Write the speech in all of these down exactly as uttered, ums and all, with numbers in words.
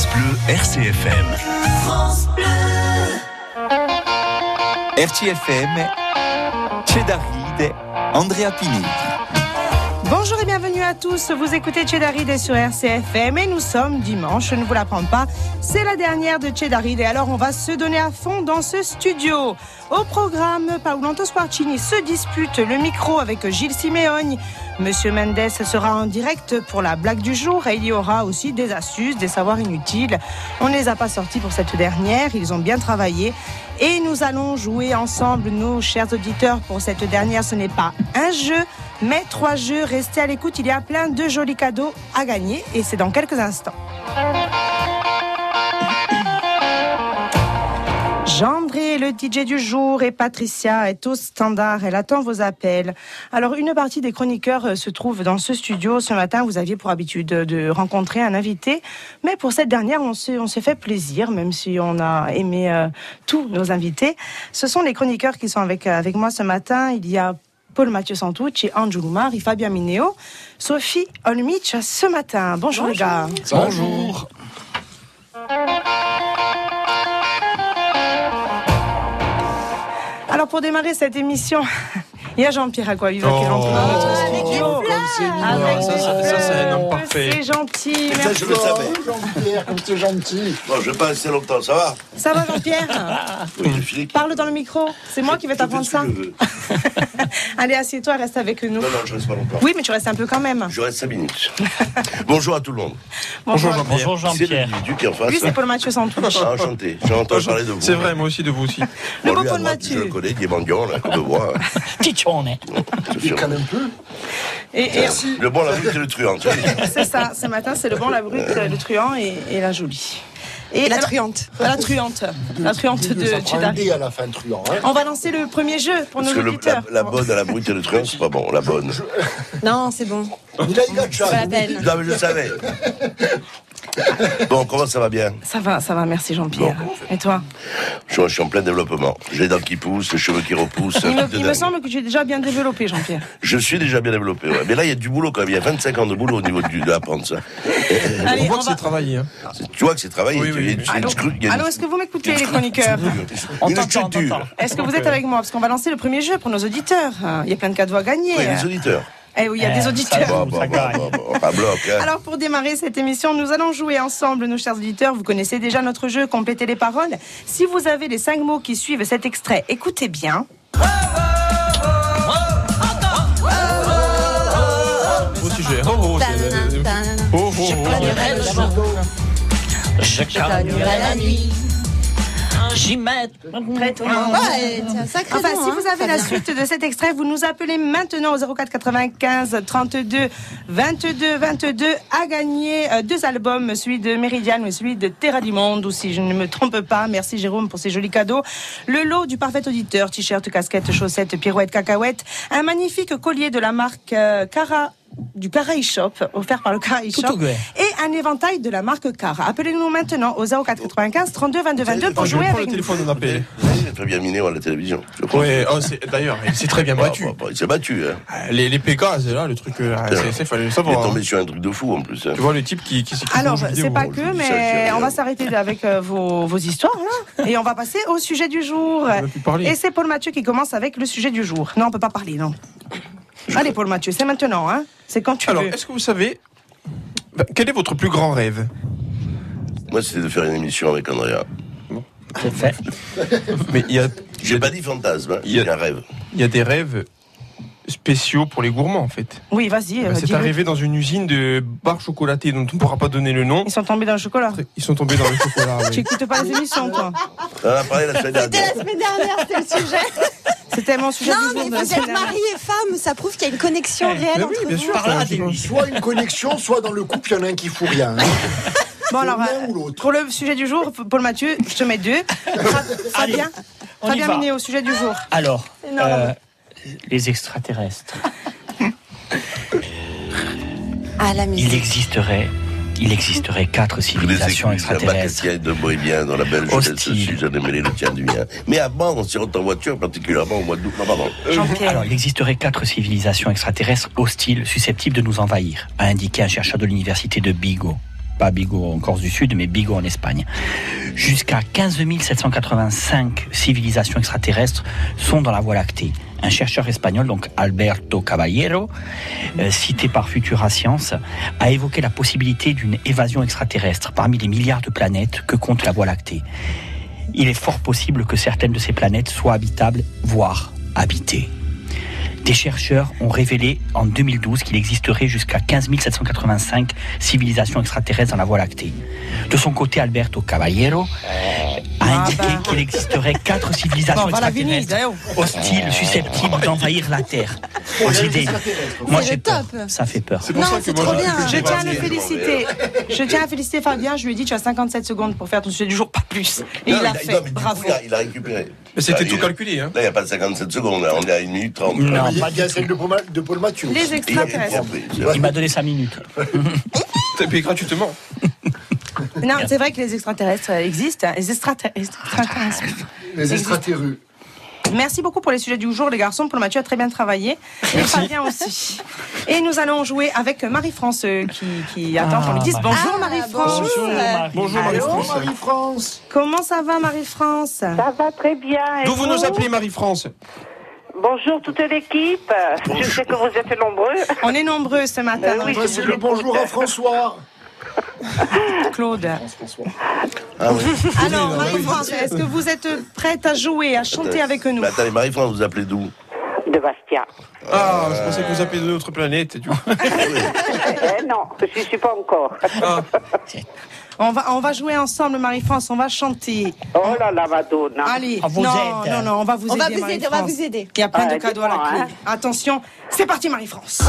France Bleu, R C F M. France Bleu. R C F M, Cheddaride, Andrea Pini. Bonjour et bienvenue à tous, vous écoutez Cheddaride sur R C F M et nous sommes dimanche, je ne vous l'apprends pas, c'est la dernière de Cheddaride et alors on va se donner à fond dans ce studio. Au programme, Paolo Tosquarcini se dispute le micro avec Gilles Simeone. Monsieur Mendes sera en direct pour la blague du jour et il y aura aussi des astuces, des savoirs inutiles. On ne les a pas sortis pour cette dernière, ils ont bien travaillé. Et nous allons jouer ensemble, nos chers auditeurs, pour cette dernière. Ce n'est pas un jeu, mais trois jeux. Restez à l'écoute, il y a plein de jolis cadeaux à gagner et c'est dans quelques instants. Jean-André, le D J du jour, et Patricia est au standard. Elle attend vos appels. Alors, une partie des chroniqueurs se trouve dans ce studio. Ce matin, vous aviez pour habitude de rencontrer un invité. Mais pour cette dernière, on s'est, on s'est fait plaisir, même si on a aimé euh, tous nos invités. Ce sont les chroniqueurs qui sont avec, avec moi ce matin. Il y a Paul Mathieu Santucci, Angelo Mari, Fabien Mineo, Sophie Olmich ce matin. Bonjour, Bonjour. les gars. Bonjour. Alors pour démarrer cette émission, il y a Jean-Pierre Acquaviva oh, qui rentre dans notre studio. Oh, comme c'est mignon, ça, ça, ça c'est un homme parfait. C'est gentil, ça, merci. je le savais. Jean-Pierre, comme c'est gentil. Bon, je vais pas rester longtemps, ça va? Ça va Jean-Pierre? Oui, je finis. Parle dans le micro, c'est moi qui vais t'apprendre ça. Allez, assieds-toi, reste avec nous. Non, non, je reste pas longtemps. Oui, mais tu restes un peu quand même. Je reste cinq minutes. Bonjour à tout le monde. Bonjour, Bonjour Jean-Pierre. Bonjour Jean-Pierre. C'est l'individu qui est en face. Lui, c'est Paul Mathieu Santucci. Ah, enchanté. J'ai entendu parler de vous. C'est vrai, moi aussi de vous aussi. Le Bon, beau lui, à Paul droite, Mathieu. je le connais, il est mendiant, là, comme voit. Tichonne. Il quand même peu. Et, et le bon, la brute et le truand. c'est ça, ce matin, c'est le bon, la brute, le truand et, et la jolie. Et, et la alors, truante. La truante. La truante de Cheddaride. à la fin, truand. Hein. On va lancer le premier jeu pour Parce nos que auditeurs. Le, la, la bonne à la brute et le truand, c'est pas bon, la bonne. Non, c'est bon. Il a une gâche. C'est pas la peine. Non, mais je savais. Bon, comment ça va bien? Ça va, ça va, merci Jean-Pierre. Bon, et toi? je, je suis en plein développement. J'ai les dents qui poussent, les cheveux qui repoussent. Il me, il me semble que tu es déjà bien développé, Jean-Pierre. Je suis déjà bien développé, ouais. Mais là, il y a du boulot quand même. Il y a vingt-cinq ans de boulot au niveau du, de l'apprendre ça. Allez, on voit on que va... c'est travaillé. Hein. Tu vois que c'est travaillé. Oui, oui, oui. Allô, Allô, est-ce que vous m'écoutez, les chroniqueurs? Une structure. Est-ce que vous êtes avec moi? Parce qu'on va lancer le premier jeu pour nos auditeurs. Il y a plein de cadeaux à gagner. Oui, les auditeurs. Eh oui, il y a eh, des auditeurs. Bon, bon, bon, bon, bon, à bloc, hein. Alors, pour démarrer cette émission, nous allons jouer ensemble, nos chers auditeurs. Vous connaissez déjà notre jeu, complétez les paroles. Si vous avez les cinq mots qui suivent cet extrait, écoutez bien. Beau sujet. Oh, oh, c'est... Oh, oh, oh. Je calmerai la nuit. J'y mets. Ouais, tiens, sacré enfin, bon, si hein, vous avez la suite de cet extrait, vous nous appelez maintenant au zéro quatre quatre-vingt-quinze trente-deux vingt-deux vingt-deux à gagner euh, deux albums, celui de Méridiane et celui de Terra du Monde, ou si je ne me trompe pas. Merci Jérôme pour ces jolis cadeaux. Le lot du parfait auditeur, t-shirt, casquette, chaussettes, pirouettes, cacahuètes, un magnifique collier de la marque euh, Cara. Du Cara e-shop, offert par le Cara e-shop, et un éventail de la marque Cara. Appelez-nous maintenant au zéro quatre quatre-vingt-quinze trente-deux vingt-deux vingt-deux pour jouer avec le téléphone nous. Téléphone il est très bien miné à la télévision. Oui, oh, d'ailleurs, il s'est très bien battu. Bah, bah, il s'est battu. Hein. Les, les P K, c'est là, le truc. Il fallait savoir. Il est tombé sur un truc de fou en plus. Hein. Tu vois le type qui. qui, qui Alors, c'est pas que, mais on va s'arrêter avec euh, vos, vos histoires, là, et on va passer au sujet du jour. Et c'est Paul Mathieu qui commence avec le sujet du jour. Non, on peut pas parler, non. Allez, Paul Mathieu, c'est maintenant, hein. C'est quand tu Alors, veux. Alors, est-ce que vous savez quel est votre plus grand rêve? Moi, c'était de faire une émission avec Andrea. Bon. C'est fait. Mais il y a. J'ai pas dit fantasme, hein. Il y a un rêve. Il y a des rêves spéciaux pour les gourmands, en fait. Oui, vas-y. Ben, c'est arrivé dans une usine de barres chocolatées dont on ne pourra pas donner le nom. Ils sont tombés dans le chocolat. Ils sont tombés dans le chocolat. Oui. Tu écoutes pas les émissions, toi? On en a parlé la semaine dernière. C'était la semaine dernière, c'était le sujet. C'était mon sujet. Non, mais vous êtes mari et femme, ça prouve qu'il y a une connexion eh, réelle oui, entre bien vous. sûr, Par là, soit une connexion, soit dans le couple, il y en a un qui fout rien. Hein. Bon, alors, pour le sujet du jour, Paul Mathieu, je te mets deux. Fabien, Fabien Minet au sujet du jour. Alors, euh, les extraterrestres. Ah, la musique. Il existerait, il existerait quatre civilisations extraterrestres. Il y a de bruit bien dans la belle jeunesse, si j'en ai mêlé le tien du mien. Mais avant, on s'y rentre en voiture, particulièrement au mois d'août. Non, pardon. Jean-Pierre. Alors, il existerait quatre civilisations extraterrestres hostiles, susceptibles de nous envahir, a indiqué un chercheur de l'université de Bigot. pas Vigo en Corse du Sud, mais Vigo en Espagne. Jusqu'à quinze mille sept cent quatre-vingt-cinq civilisations extraterrestres sont dans la Voie lactée. Un chercheur espagnol, donc Alberto Caballero, euh, cité par Futura Science, a évoqué la possibilité d'une évasion extraterrestre parmi les milliards de planètes que compte la Voie lactée. Il est fort possible que certaines de ces planètes soient habitables, voire habitées. Des chercheurs ont révélé en deux mille douze qu'il existerait jusqu'à quinze mille sept cent quatre-vingt-cinq civilisations extraterrestres dans la Voie lactée. De son côté, Alberto Caballero a indiqué ah ben. qu'il existerait quatre civilisations bon, extraterrestres hostiles, susceptibles d'envahir la Terre. Aux idées. Moi, j'ai peur. Ça fait peur. C'est pour non, ça que moi, je, je tiens à le féliciter. Je tiens à féliciter Fabien. Je lui ai dit, tu as cinquante-sept secondes pour faire ton sujet du jour, pas plus. Et non, il l'a fait. Non, Bravo. Coup, il a récupéré. Mais c'était là, tout il, calculé. Hein. Là, il n'y a pas de cinquante-sept secondes. Là, on est à une minute trente. Non, il y a, il y a celle de Paul, de Paul Mathieu. Les extraterrestres. Il, il m'a donné cinq minutes. T'as payé gratuitement. Non, c'est vrai que les extraterrestres existent. Les extraterrestres. Les extraterrestres. Merci beaucoup pour les sujets du jour, les garçons. Paul Mathieu a très bien travaillé. Et Fabien aussi. Et nous allons jouer avec Marie-France qui, qui attend ah, qu'on lui dise bonjour Marie-France. Bonjour, Marie- bonjour Marie-France. Allô, Marie-France. Comment ça va Marie-France? Ça va très bien. D'où vous, vous nous appelez Marie-France? Bonjour toute l'équipe. Bonjour. Je sais que vous êtes nombreux. On est nombreux ce matin. Euh, oui, c'est le bonjour à François. Claude. Ah oui. Alors, Marie-France, est-ce que vous êtes prête à jouer, à chanter attendez, avec nous? mais attendez, Marie-France, vous appelez d'où? De Bastia. Ah, je pensais que vous appelez de notre planète. Du coup. eh, non, je ne suis pas encore. Ah. On va, on va jouer ensemble, Marie-France, on va chanter. Oh là là, Madonna. Allez, on vous non, aide. non, non, on va vous on aider, va vous aider, on va vous aider. Il y a plein ah, de cadeaux à la clé. Hein. Attention, c'est parti, Marie-France.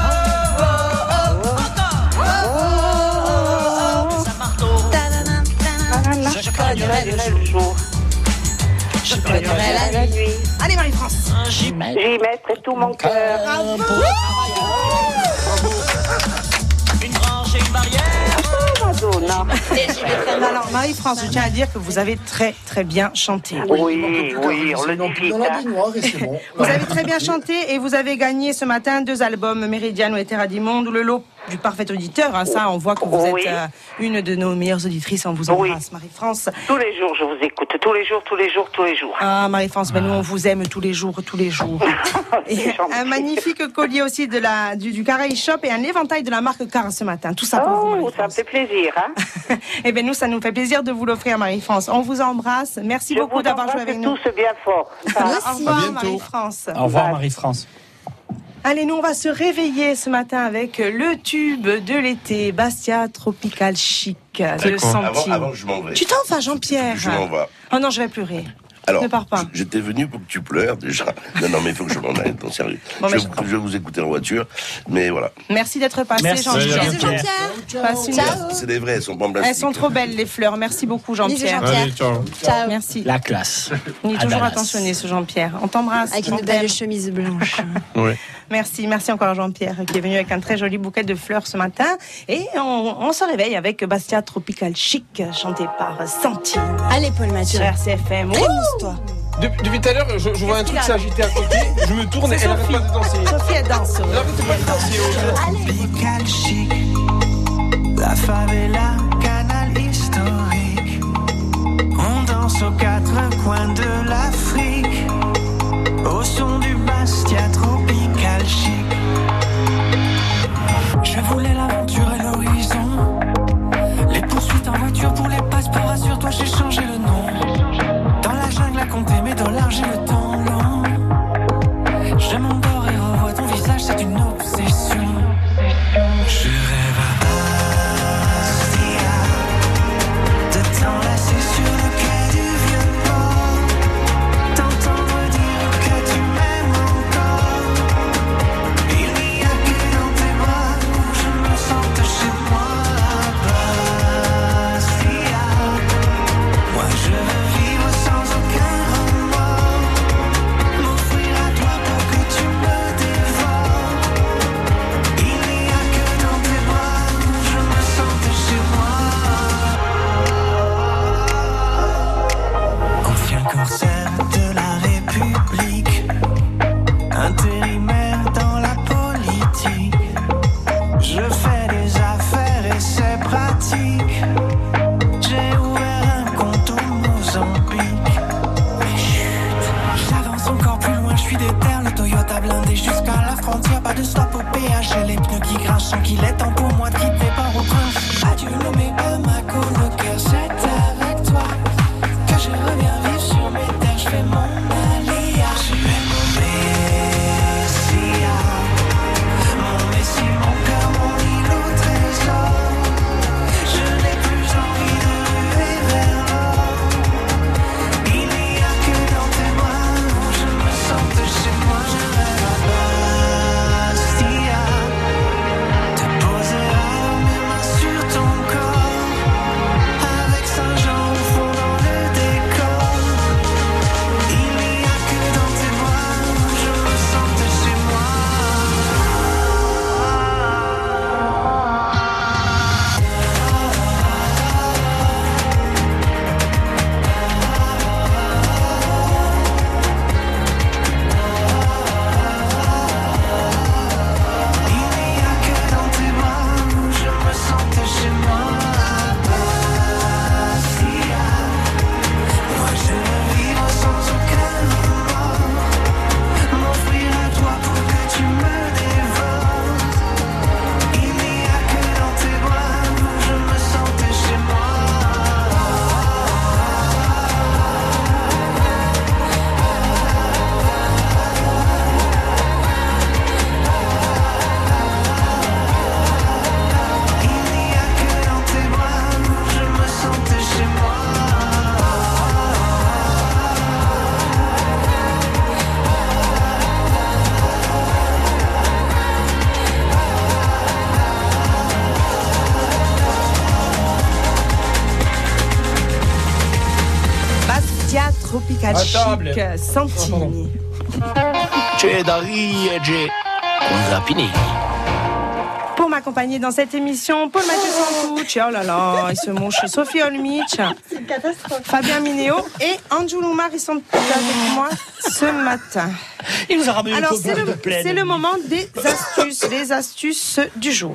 Je cognerai le jour. Je cognerai la nuit. Allez, Marie-France. J'y mettrai tout mon cœur. Bravo. Une branche et une barrière. Oh, Madonna. Alors, Marie-France, je tiens à dire que vous avez très, très bien chanté. Oui, oui, oui on le dit. Dans la baignoire et c'est bon. Vous avez très bien chanté et vous avez gagné ce matin deux albums, Méridiano et Terra du Monde, le lot du parfait auditeur. Hein, ça, on voit que vous oui. êtes euh, une de nos meilleures auditrices. On vous embrasse, oui. Marie-France. Tous les jours, je vous écoute. Tous les jours, tous les jours, tous les jours. Ah, Marie-France, ben nous, on vous aime tous les jours, tous les jours. Et un magnifique collier aussi de la, du, du Caraï Shop et un éventail de la marque Car ce matin. Tout ça pour oh, vous, ça me fait plaisir. Hein. Eh bien, nous, ça nous fait plaisir de vous l'offrir, Marie-France. On vous embrasse. Merci je beaucoup d'avoir joué avec nous. tous bien fort. Au revoir, Marie-France. Au revoir, Marie-France. Allez, nous, on va se réveiller ce matin avec le tube de l'été, Bastia Tropical Chic, de Santi. Avant, avant que je m'en vais. Tu t'en vas, Jean-Pierre? Je m'en vais. Oh non, je vais pleurer. Alors, ne pars pas. J'étais venu pour que tu pleures déjà. Non, non, mais il faut que je m'en aille, non, sérieux. Bon, je, je... je vais vous écouter en voiture, mais voilà. Merci d'être passé, Merci, Jean-Pierre. Bisous, Jean-Pierre. Passe une... C'est des vrais, elles sont pas en plastique. Elles sont trop belles, les fleurs. Merci beaucoup, Jean-Pierre. Bisous, Jean-Pierre. Allez, ciao. Ciao. Merci. La classe. Il est toujours Adalas. attentionné, ce Jean-Pierre. On t'embrasse. Avec une belle chemise blanche. Ouais. Merci, merci encore à Jean-Pierre qui est venu avec un très joli bouquet de fleurs ce matin. Et on, on se réveille avec Bastia Tropical Chic, chanté par Santi. Allez, Paul Mathieu. Sur R C F M. Rémousse-toi. De- depuis tout à l'heure, je, je vois un truc s'agiter à côté. Je me tourne et C'est elle n'arrête Sophie. pas de danser. Sophie, elle danse. Elle n'arrête pas de danser. Tropical chic, la favela, canal historique. On danse aux quatre coins de l'Afrique, au son du Bastia Tropical chic. Je voulais l'aventure et l'horizon, les poursuites en voiture pour les passeports. Rassure-toi, j'ai changé le nom. Dans la jungle à compter, mais dans l'art j'ai le temps long. Je m'endors et revois ton visage, c'est une obsession. Je rêve à Bastia. Dieu ne met pas ma couleur, car c'est avec toi que je reviens vivre sur mes terres. Je fais mon aléa, je fais mon messia, mon messie, mon cœur, mon île au trésor. Je n'ai plus envie de ruer vers l'or. Il n'y a que dans tes bras où je me sente chez moi. Je rêve à Bastia, te posera mes mains sur ton corps, avec Saint-Jean au fond dans le décor. Il n'y a que dans tes bras où je me sente chez moi. Il n'y a que dans tes bras où je me sente chez moi. Bastia, moi je veux vivre sans aucun remords, m'offrir à toi pour que tu me dévores. Il n'y a que dans tes bras où je me sente chez moi. Il n'y a que dans tes bras où je me sente chez moi. Bastia Tropical À table. Chic, Santini. C'è da riege con Zappini. Pour m'accompagner dans cette émission, Paul Mathieu Santucci, oh là là, il se mouche, Sophie Olmich, C'est une catastrophe. Fabien Minéo et Angelou Mar, ils sont avec moi ce matin. Il nous a ramené Alors, une c'est le, commande pleine. c'est le moment des astuces, les astuces du jour.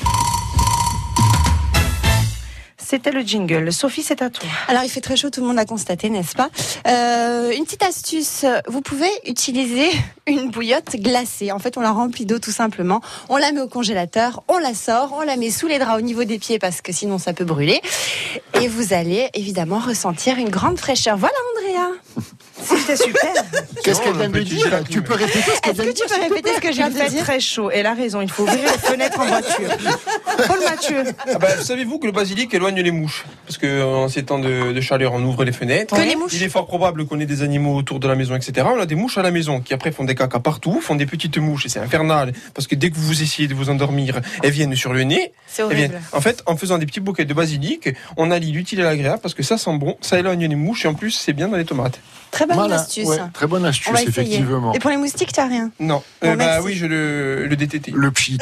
C'était le jingle. Sophie, c'est à toi. Alors, il fait très chaud, tout le monde a constaté, n'est-ce pas ? Euh, Une petite astuce, vous pouvez utiliser une bouillotte glacée. En fait, on la remplit d'eau tout simplement. On la met au congélateur, on la sort, on la met sous les draps au niveau des pieds parce que sinon ça peut brûler. Et vous allez évidemment ressentir une grande fraîcheur. Voilà, Andrea. C'était super. Qu'est-ce qu'elle Non, vient le de petit dire gelatin. Tu peux répéter ce qu'elle Est-ce vient de que tu dire peux répéter ce que j'ai Il dit de fait dire ? très chaud. Elle a raison, il faut ouvrir les fenêtres en voiture. Paul Mathieu. Ah bah, savez-vous que le basilic éloigne les mouches? Parce que en ces temps de, de chaleur, on ouvre les fenêtres. Que les mouches. Il est fort probable qu'on ait des animaux autour de la maison, et cetera. On a des mouches à la maison qui après font des caca partout, font des petites mouches et c'est infernal. Parce que dès que vous essayez de vous endormir, elles viennent sur le nez. C'est Elles horrible. viennent- En fait, en faisant des petits bouquets de basilic, on allie l'utile et l'agréable parce que ça sent bon, ça éloigne les mouches et en plus c'est bien dans les tomates. Très bonne Voilà, astuce. ouais, très bonne On astuce, va essayer. effectivement. Et pour les moustiques, tu n'as rien. Non. Bon, Euh, bah merci. oui, je le, le D T T. Le pchit.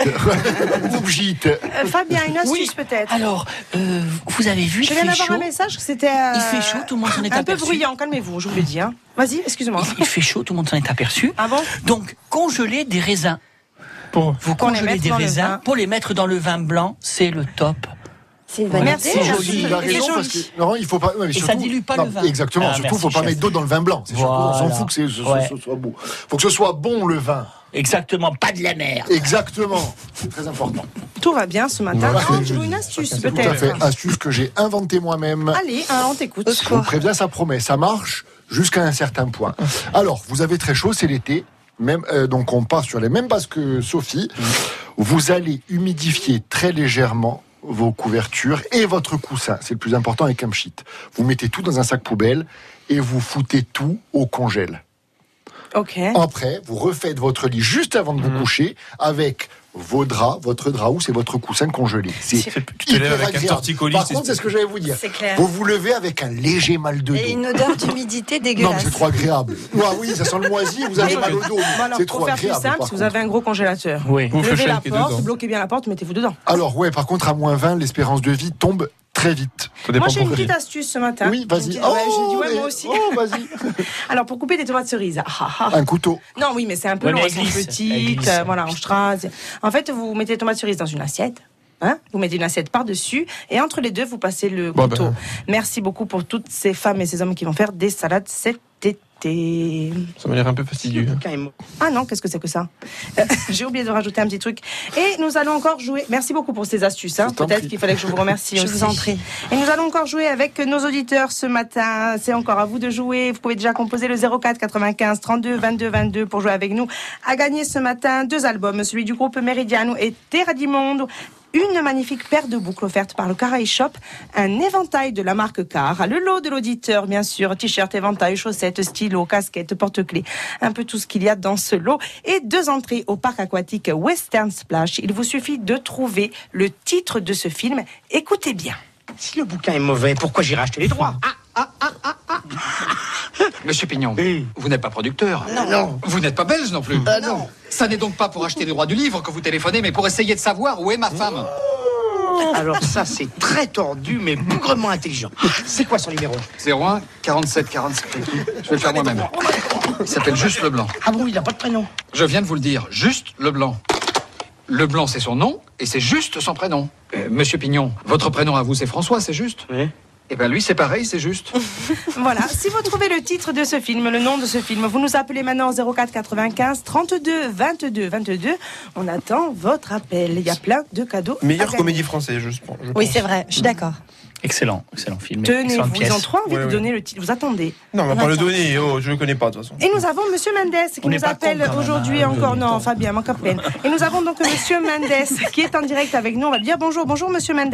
Le pchit. Euh, Fabien, une astuce Oui. peut-être. Alors, euh, vous avez vu, Je il viens fait d'avoir chaud. un message que c'était. euh, Il fait chaud, tout le monde s'en est un peu aperçu. bruyant, calmez-vous, je vous le dis. Hein. Vas-y, excuse-moi. Il, il fait chaud, tout le monde s'en est aperçu. Ah bon? Donc, congeler des raisins. Pour... Vous Pour les congelez mettre des dans le raisins vin. pour les mettre dans le vin blanc, c'est le top. C'est une bonne Merci. idée. C'est Joli, il a Et raison joli. parce que non, il faut pas. ouais, mais Et ça surtout- dilue pas non, le vin. Exactement. Ah, surtout, merci, faut pas chef. mettre d'eau dans le vin blanc. C'est surtout, on s'en Voilà. fout que c'est- ce, ce- Ouais. ce soit beau. Faut que ce soit bon le vin. Exactement, pas de la mer. Exactement. C'est très important. Tout va bien ce matin. Voilà. Angelou, une astuce Tout à fait. peut-être. Astuce que j'ai inventée moi-même. Allez, hein, on t'écoute. Je vous préviens, ça promet. Ça marche jusqu'à un certain point. Alors, vous avez très chaud, c'est l'été. Même, euh, donc, on part sur les mêmes bases que Sophie. Vous allez humidifier très légèrement vos couvertures et votre coussin. C'est le plus important avec un pchit. Vous mettez tout dans un sac poubelle et vous foutez tout au congèle. Ok. Après, vous refaites votre lit juste avant de vous coucher avec vos draps, votre drap housse et votre coussin congelé. C'est Tu te lèves hyper avec un agréable. torticolis. Par contre, c'est ce que j'allais vous dire. C'est clair. Vous vous levez avec un léger mal de dos. Et une odeur d'humidité Non, mais dégueulasse. c'est trop agréable. Ah oui, ça sent le moisi, vous avez mal au dos. Bon, alors, C'est pour trop faire plus agréable. simple, par si vous contre. avez un gros congélateur, Oui. Vous levez la faites porte, dedans. bloquez bien la porte, mettez-vous dedans. Alors, ouais, par contre, à moins vingt, l'espérance de vie tombe très vite. Ça dépend Moi, j'ai une pour qui. petite astuce ce matin. Oui, vas-y. Je me dis- ouais, j'ai dit, ouais, mais- moi aussi. Oh, vas-y. Alors, pour couper des tomates cerises. Ah, ah, ah. Un couteau. Non, oui, mais c'est un peu Ouais, long, mais elles elle sont glisse, elle petites, glisse. euh, voilà, en strass. En fait, vous mettez les tomates cerises dans une assiette. Hein, vous mettez une assiette par-dessus et entre les deux, vous passez le Bon, couteau. ben. Merci beaucoup pour toutes ces femmes et ces hommes qui vont faire des salades cet été. écouter. Ça m'a l'air un peu fastidieux. Ah non, qu'est-ce que c'est que ça? euh, J'ai oublié de rajouter un petit truc. Et nous allons encore jouer. Merci beaucoup pour ces astuces. Hein. Peut-être qu'il fallait que je vous remercie Je aussi. vous en prie. Et nous allons encore jouer avec nos auditeurs ce matin. C'est encore à vous de jouer. Vous pouvez déjà composer le zéro quatre quatre-vingt-quinze trente-deux vingt-deux vingt-deux pour jouer avec nous. À gagner ce matin deux albums, celui du groupe Meridiano et Terra di Mondo. Une magnifique paire de boucles offerte par le Caray Shop, un éventail de la marque Car, le lot de l'auditeur bien sûr, t-shirt, éventail, chaussettes, stylo, casquette, porte-clés, un peu tout ce qu'il y a dans ce lot, et deux entrées au parc aquatique Western Splash. Il vous suffit de trouver le titre de ce film. Écoutez bien. Si le bouquin est mauvais, pourquoi j'irai acheter les droits? Ah, ah, ah, ah, ah. Monsieur Pignon, oui. Vous n'êtes pas producteur. Non. non. Vous n'êtes pas belge non plus. Euh, non. Ça n'est donc pas pour acheter les droits du livre que vous téléphonez, mais pour essayer de savoir où est ma femme. Alors ça, c'est très tordu, mais bougrement intelligent. C'est quoi son numéro? zéro un quarante-sept quarante-sept. Je vais le faire moi-même. Il s'appelle Juste Leblanc. Ah bon, il n'a pas de prénom? Je viens de vous le dire, Juste Leblanc. Leblanc, c'est son nom, et c'est Juste son prénom. Euh, Monsieur Pignon, votre prénom à vous, c'est François, c'est juste? Oui. Eh bien lui, c'est pareil, c'est juste. Voilà, si vous trouvez le titre de ce film, le nom de ce film, vous nous appelez maintenant au zéro quatre quatre-vingt-quinze trente-deux vingt-deux vingt-deux. On attend votre appel. Il y a plein de cadeaux. Meilleure comédie française, je, je pense. Oui, c'est vrai, je suis d'accord. Excellent, excellent film. Tenez, excellente vous pièce. ont trop envie Ouais, de ouais. donner le titre. Vous attendez. Non, on va pas le donner. Oh, je le connais pas de toute façon. Et nous avons Monsieur Mendes qui On n'est nous pas appelle con, quand même, aujourd'hui hein, encore. on est Non, con. Fabien, manque à peine. Et nous avons donc Monsieur Mendes qui est en direct avec nous. On va lui dire bonjour. Bonjour Monsieur Mendes.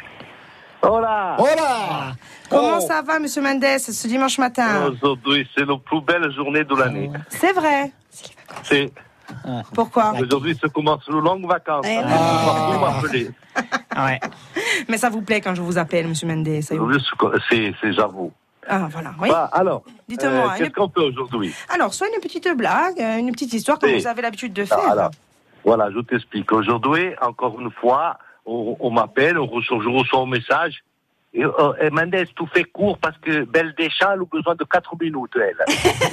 Hola. Hola. Comment Oh. ça va Monsieur Mendes ce dimanche matin? Aujourd'hui, c'est la plus belle journée de l'année. C'est vrai. C'est Pourquoi? Aujourd'hui, ça commence les longues vacances. Eh Hein, oui. partout, vous m'appelez. Ouais. Mais ça vous plaît quand je vous appelle Monsieur Mendes? ça y est. Aujourd'hui, C'est, c'est j'avoue. Ah voilà, oui. Bah, alors, Dites-moi, euh, une- qu'est-ce qu'on fait aujourd'hui? Alors, soit une petite blague, euh, une petite histoire comme Oui. vous avez l'habitude de Ah, faire. alors, voilà, je t'explique. Aujourd'hui, encore une fois, on, on m'appelle, on reçoit, je reçois un message. Et, euh, et Mendes, tout fait court parce que Belle Deschamps a besoin de quatre minutes, elle.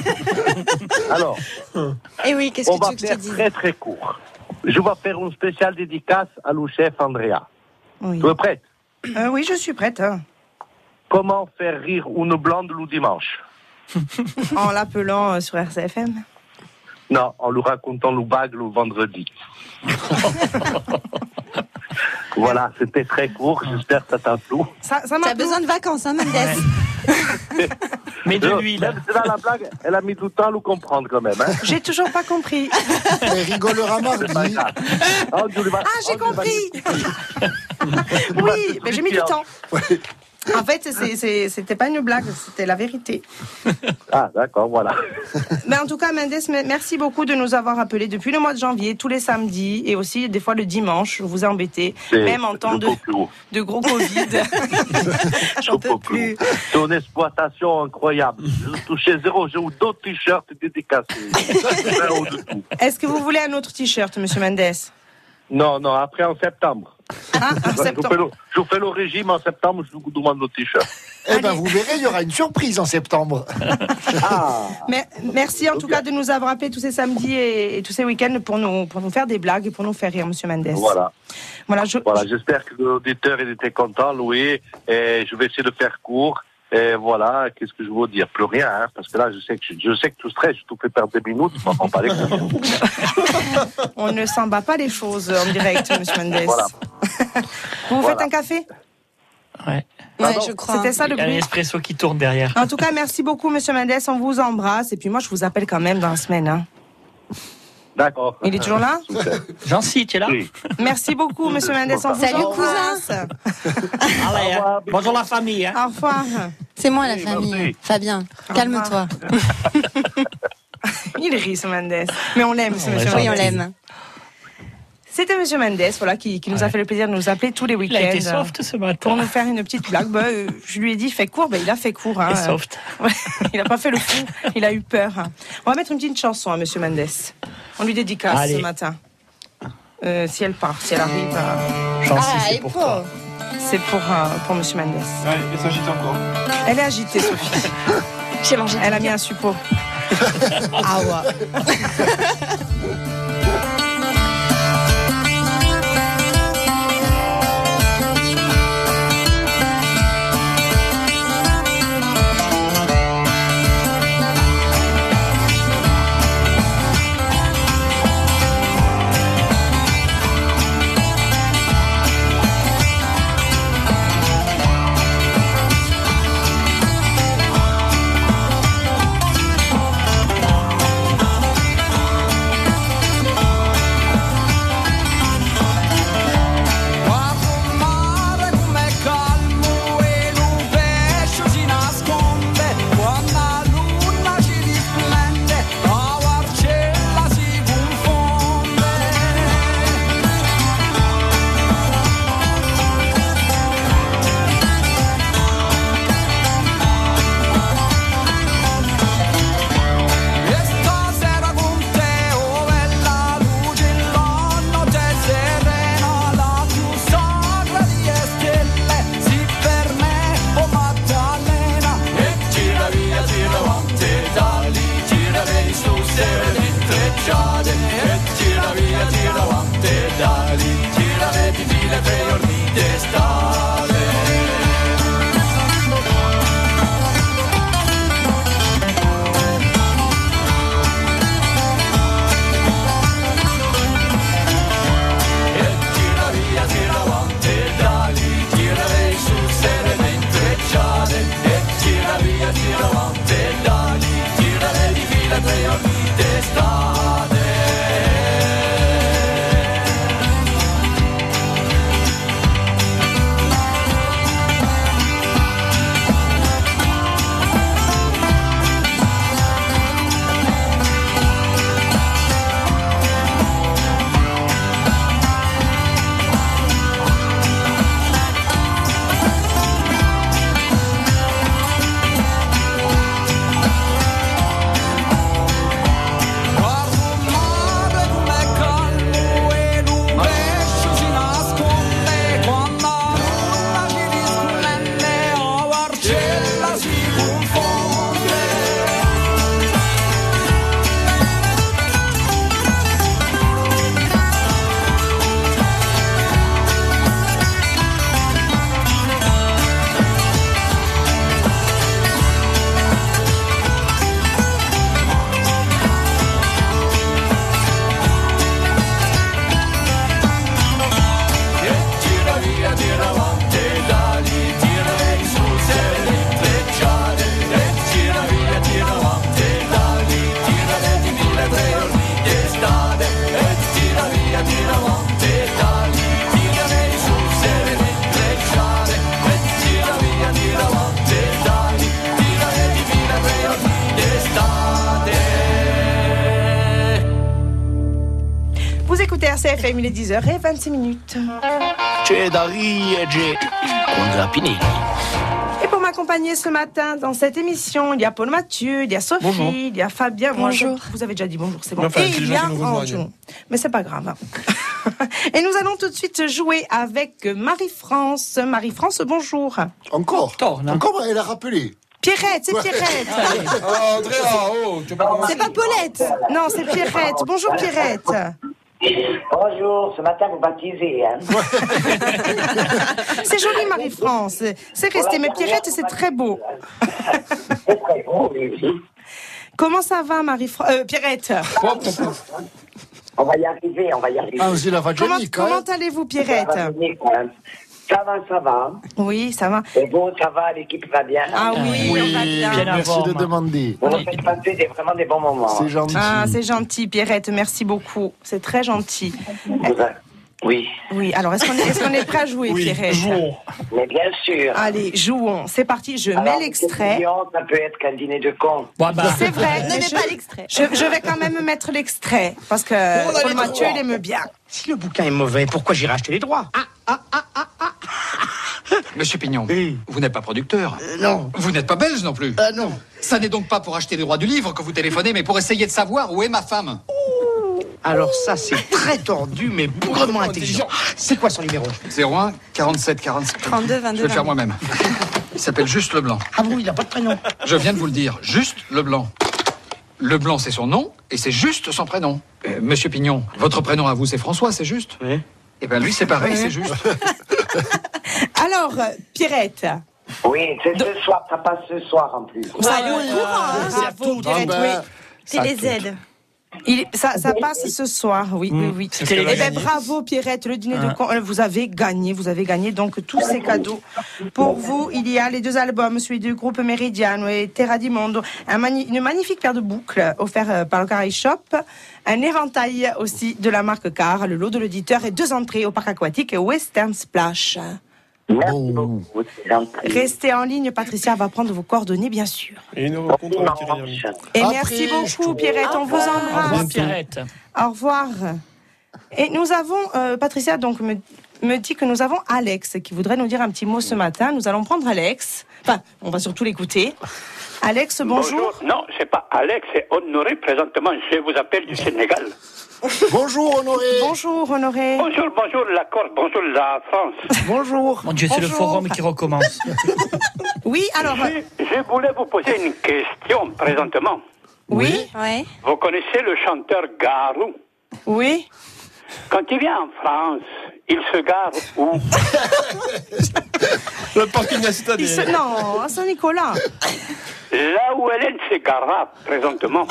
Alors, Et oui, qu'est-ce on que tu va veux que je faire te dise? très très court. Je vais faire une spéciale dédicace à le chef Andrea. Oui. Tu es prête? Euh, oui, je suis prête. hein. Comment faire rire une blonde le dimanche? En l'appelant euh, sur R C F M. Non, en lui racontant le bague le vendredi. Voilà, c'était très court. J'espère que ça t'a plu. Ça, ça m'a T'as plu. besoin de vacances, hein, Mendes? Mais de Euh, l'huile. Même si dans la blague, elle a mis du temps à le comprendre quand même. Hein. J'ai toujours pas compris. Elle rigolera C'est pas mardi. grave. Oh, Julie va- Ah, j'ai oh, Julie va- compris. Oui, mais j'ai mis du temps. En fait, c'est- c'est- c'était pas une blague, c'était la vérité. Ah, d'accord, voilà. Mais en tout cas, Mendes, me- merci beaucoup de nous avoir appelés depuis le mois de janvier, tous les samedis et aussi des fois le dimanche. Je vous ai embêté, C'est- même en temps je de, peux plus. de gros Covid. J'en peux plus. C'est une exploitation incroyable. Je touchais zéro, j'ai eu deux t-shirts dédicacés. Zéro du tout. Est-ce que vous voulez un autre t-shirt, Monsieur Mendes? Non, non, après en septembre. Ah, en Je fais, septembre. le, je fais le régime en septembre, je vous demande le t-shirt. Eh ben, vous verrez, il y aura une surprise en septembre. Ah, Mais, merci en tout cas de nous avoir appelés tous ces samedis et, et tous ces week-ends pour nous, pour nous faire des blagues et pour nous faire rire, Monsieur Mendes. voilà. Voilà, je, Voilà, j'espère que l'auditeur il était content, Louis. Et je vais essayer de faire court. Et voilà, qu'est-ce que je veux dire? Plus rien, hein, parce que là, je sais que je sais que tout stress, je te fais perdre des minutes, je m'en rends pas les compte. on ne s'en bat pas les choses en direct, Monsieur Mendes. Voilà. Vous vous Voilà. faites un café? Ouais. Ouais, Pardon je crois. C'était ça le Il y a un bruit. espresso qui tourne derrière. En tout cas, merci beaucoup, Monsieur Mendes. On vous embrasse. Et puis moi, je vous appelle quand même dans la semaine. hein. D'accord. Il est toujours là? Super. Jean-Si, tu es là? Oui. Merci beaucoup, Monsieur Mendes. On vous Salut, embrasse. Allez, hein. Bonjour la famille. Hein. Au revoir. C'est moi la Oui, famille. merci. Fabien, Au calme-toi. Il rit, ce Mendes. Mais on l'aime, ce Ouais, Monsieur gentil. Oui, on Mendes. l'aime. C'était Monsieur Mendes, voilà, qui, qui nous a Ouais. fait le plaisir de nous appeler tous les Il a été week-ends soft ce pour matin. nous faire une petite blague. Bah, euh, je lui ai dit, fais court. Bah, il a fait court. Hein. Et soft. Ouais, il n'a pas fait le fou. Il a eu peur. hein. On va mettre une petite chanson à Monsieur Mendes. On lui dédicace Allez. ce matin. Euh, si elle part, si elle arrive, euh, Jean-Si, Ah, c'est et pour pour. toi. c'est pour, euh, pour Monsieur Mendes. Allez, et s'agite encore. Elle est agitée, Sophie. J'ai mangé. Elle a mis un suppôt. Ah ouais. C F M, il est dix heures vingt-six minutes. C'è da ridere con Grappinelli. Et pour m'accompagner ce matin dans cette émission, il y a Paul Mathieu, il y a Sophie, bonjour. Il y a Fabien. Bonjour. Moi, je, vous avez déjà dit bonjour, c'est bon. Enfin, et il y a Ange. Mais c'est pas grave. Hein. Et nous allons tout de suite jouer avec Marie-France. Marie-France, bonjour. Encore Torne. Encore, elle a rappelé. Pierrette, c'est Ouais. Pierrette. Ah, Andrea, oh, tu vas pas commencer. C'est pas Paulette. Non, c'est Pierrette. Bonjour Pierrette. Bonjour, ce matin vous baptisez, hein. C'est joli Marie-France. C'est resté, mais Pierrette, c'est très beau. C'est très beau, oui, oui. Comment ça va Marie-France euh, Pierrette. On va y arriver, on va y arriver. Ah, c'est la Comment, vaginique, comment hein. allez-vous Pierrette? Ça va, ça va. Oui, ça va. Et vous, ça va, l'équipe va bien. Ah oui, Oui, on va bien. Bien merci avant, de hein. demander. Vous nous faites passer des, vraiment des bons moments. C'est gentil. Ah, c'est gentil Pierrette, merci beaucoup. C'est très gentil. Vous a- Oui, Oui, alors est-ce qu'on est, est-ce qu'on est prêt à jouer Pierrette? mais bien sûr. Allez, jouons. C'est parti, je Alors, mets l'extrait. question, ça peut être qu'un dîner de con. Bon, bah, C'est vrai, Ne mais mets je, pas l'extrait. je, je vais quand même mettre l'extrait parce que Paul Mathieu, il aime bien. Si le bouquin est mauvais, pourquoi j'irai acheter les droits? Ah, Monsieur Pignon, Oui. vous n'êtes pas producteur. euh, non. Vous n'êtes pas belge non plus. Ah non. Ça n'est donc pas pour acheter les droits du livre que vous téléphonez, mais pour essayer de savoir où est ma femme. Alors ça, c'est très tordu, mais bougrement intelligent. C'est quoi son numéro? zéro un quarante-sept quarante-sept. trente-deux vingt-deux Je vais le faire vingt-deux. moi-même. Il s'appelle Juste Leblanc. Ah bon, il n'a pas de prénom. Je viens de vous le dire, Juste Leblanc. Leblanc, c'est son nom, et c'est juste son prénom. Euh, Monsieur Pignon, votre prénom à vous, c'est François, c'est juste? Oui. Eh bien, lui, c'est pareil, c'est juste. Alors, Pierrette. Oui, c'est ce soir, ça passe ce soir en plus. Ça, elle est au courant, hein. Bravo, Pierrette, Ah ben, oui. C'est les aides. Il, ça, ça passe ce soir, oui, oui, oui. C'était Eh les ben, gagner. bravo Pierrette, le dîner de Hein. con, euh, vous avez gagné, vous avez gagné donc tous ces cadeaux. Pour vous, il y a les deux albums, celui du groupe Meridiano et Terra di Mondo, un mani- une magnifique paire de boucles offert euh, par le Carré Shop, un éventail aussi de la marque Car, le lot de l'auditeur et deux entrées au parc aquatique Western Splash. Merci Oh. beaucoup, c'est gentil. Restez en ligne, Patricia va prendre vos coordonnées bien sûr. Et une rencontre avec Thierry Lhermitte. Et Après, merci je beaucoup trouve- Pierrette, on vous au revoir, embrasse. Pierrette. Au revoir. Et nous avons, euh, Patricia donc me, me dit que nous avons Alex qui voudrait nous dire un petit mot ce matin. Nous allons prendre Alex. Enfin, on va surtout l'écouter. Alex, bonjour. Non, c'est pas Alex, c'est Honoré présentement. Je vous appelle du Sénégal. Bonjour Honoré. Bonjour Honoré. Bonjour, bonjour la Corse, bonjour la France. Bonjour. Mon Dieu, c'est le Bonjour. forum qui recommence. Oui, alors. Je, je voulais vous poser une question présentement. Oui. Ouais. Vous connaissez le chanteur Garou? Oui. Quand il vient en France, il se gare où? Le parking de la Il citadelle. se- Non, à Saint-Nicolas. Là où Hélène se gara présentement.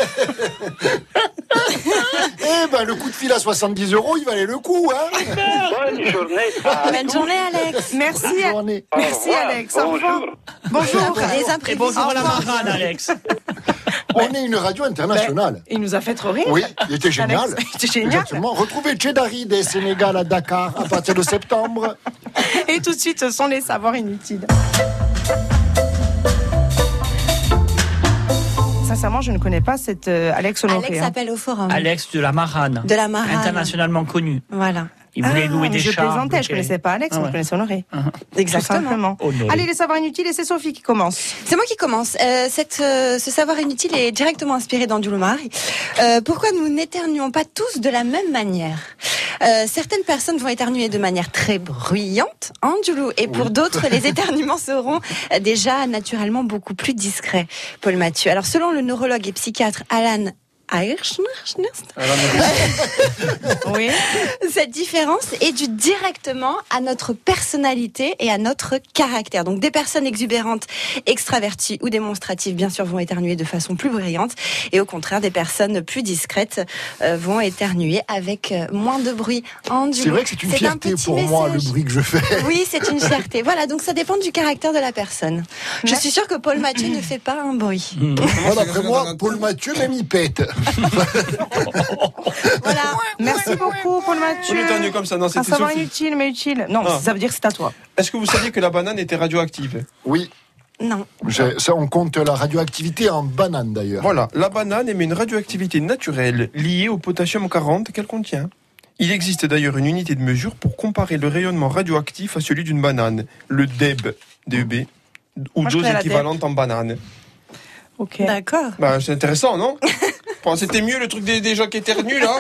Eh ben, le coup de fil à soixante-dix euros, il valait le coup, hein. Bonne journée. à Bonne tous. journée, Alex. Merci. Bonne journée. Au Merci revoir. Alex. Au revoir. Bonjour. Bonjour. Les imprévus. Et bonjour Au la revoir. marane, Alex. On est une radio internationale. Il nous a fait trop rire. Oui, il était génial. Alex, il était génial. Exactement. Retrouvez Chedari des Sénégal à Dakar à partir de septembre. Et tout de suite, ce sont les savoirs inutiles. Sincèrement, je ne connais pas cette euh, Alex Honoré. Alex hein. appelle au forum. Alex de la marane. De la marane. Internationalement connu. Voilà. Il voulait Ah, louer mais des je chars. plaisantais, je bloqués. connaissais pas Alex, Ah mais ouais. je connaissais Honoré. Exactement. Tout simplement. Honoré. Allez, les savoirs inutiles, et c'est Sophie qui commence. C'est moi qui commence. Euh, cette, euh, ce savoir inutile est directement inspiré d'Anjulumar. Euh, pourquoi nous n'éternuons pas tous de la même manière? Euh, certaines personnes vont éternuer de manière très bruyante, Anjulu, et pour d'autres, les éternuements seront euh, déjà naturellement beaucoup plus discrets. Paul Mathieu. Alors, selon le neurologue et psychiatre Alan Hirschner, Oui. cette différence est due directement à notre personnalité et à notre caractère. Donc des personnes exubérantes, extraverties ou démonstratives, bien sûr, vont éternuer de façon plus bruyante, et au contraire, des personnes plus discrètes euh, vont éternuer avec euh, moins de bruit. Andy, C'est vrai que c'est une un fierté petit pour moi, le message. bruit que je fais. Oui, c'est une fierté. Voilà, donc ça dépend du caractère de la personne. Je suis sûre que Paul Mathieu ne fait pas un bruit. Moi, d'après moi, Paul Mathieu, même il pète. Voilà. Merci beaucoup, Paul Mathieu. On éternue comme ça, non, Un c'était savoir Sophie. inutile, mais utile. Non, Ah. ça veut dire que c'est à toi. Est-ce que vous saviez que la banane était radioactive? Oui. Non. J'ai- Ça, on compte la radioactivité en banane, d'ailleurs. Voilà, la banane émet une radioactivité naturelle liée au potassium quarante qu'elle contient. Il existe d'ailleurs une unité de mesure pour comparer le rayonnement radioactif à celui d'une banane, le D E B, D E B, ou Moi, je dose connais la équivalente en banane. Ok. D'accord. Bah, c'est intéressant, non? Bon, c'était mieux le truc des, des gens qui éternuent, là?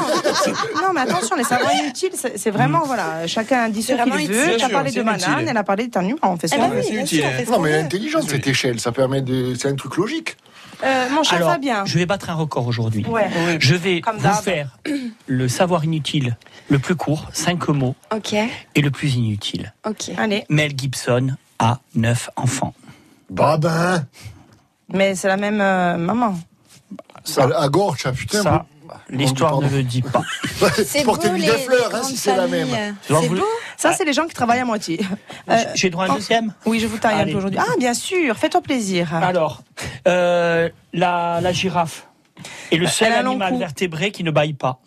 Non, mais attention, les savoirs inutiles, c'est, c'est vraiment, voilà, chacun dit ce C'est vraiment qu'il utile. veut. Bien Tu as sûr, parlé c'est de banane, utile. elle a parlé d'éternuement, on fait ça. Eh ben oui, c'est bien utile, sûr, hein. on fait ce Non, qu'on mais veut. elle est intelligente, cette échelle. Ça permet de. C'est un truc logique. Euh, mon cher Alors, Fabien. je vais battre un record aujourd'hui. Ouais. Je vais Comme vous d'hab. faire le savoir inutile le plus court, cinq mots, Ok, et le plus inutile. ok. Allez. Mel Gibson a neuf enfants. Bah ben. Mais c'est la même euh, maman. Ça, À gorge, ah, putain. ça, vous- l'histoire Pardon. ne le dit pas. C'est Portez-lui beau, des les- fleurs, les hein, grandes si c'est la familles. même. Alors, C'est vous- beau. Ça, c'est les gens qui travaillent à moitié. Euh, J'ai droit à un oh, deuxième? Oui, je vous taille un Allez. peu aujourd'hui. Ah, bien sûr, fais-toi plaisir. Alors, euh, la, la girafe est le seul Elle a un long animal cou. vertébré qui ne bâille pas.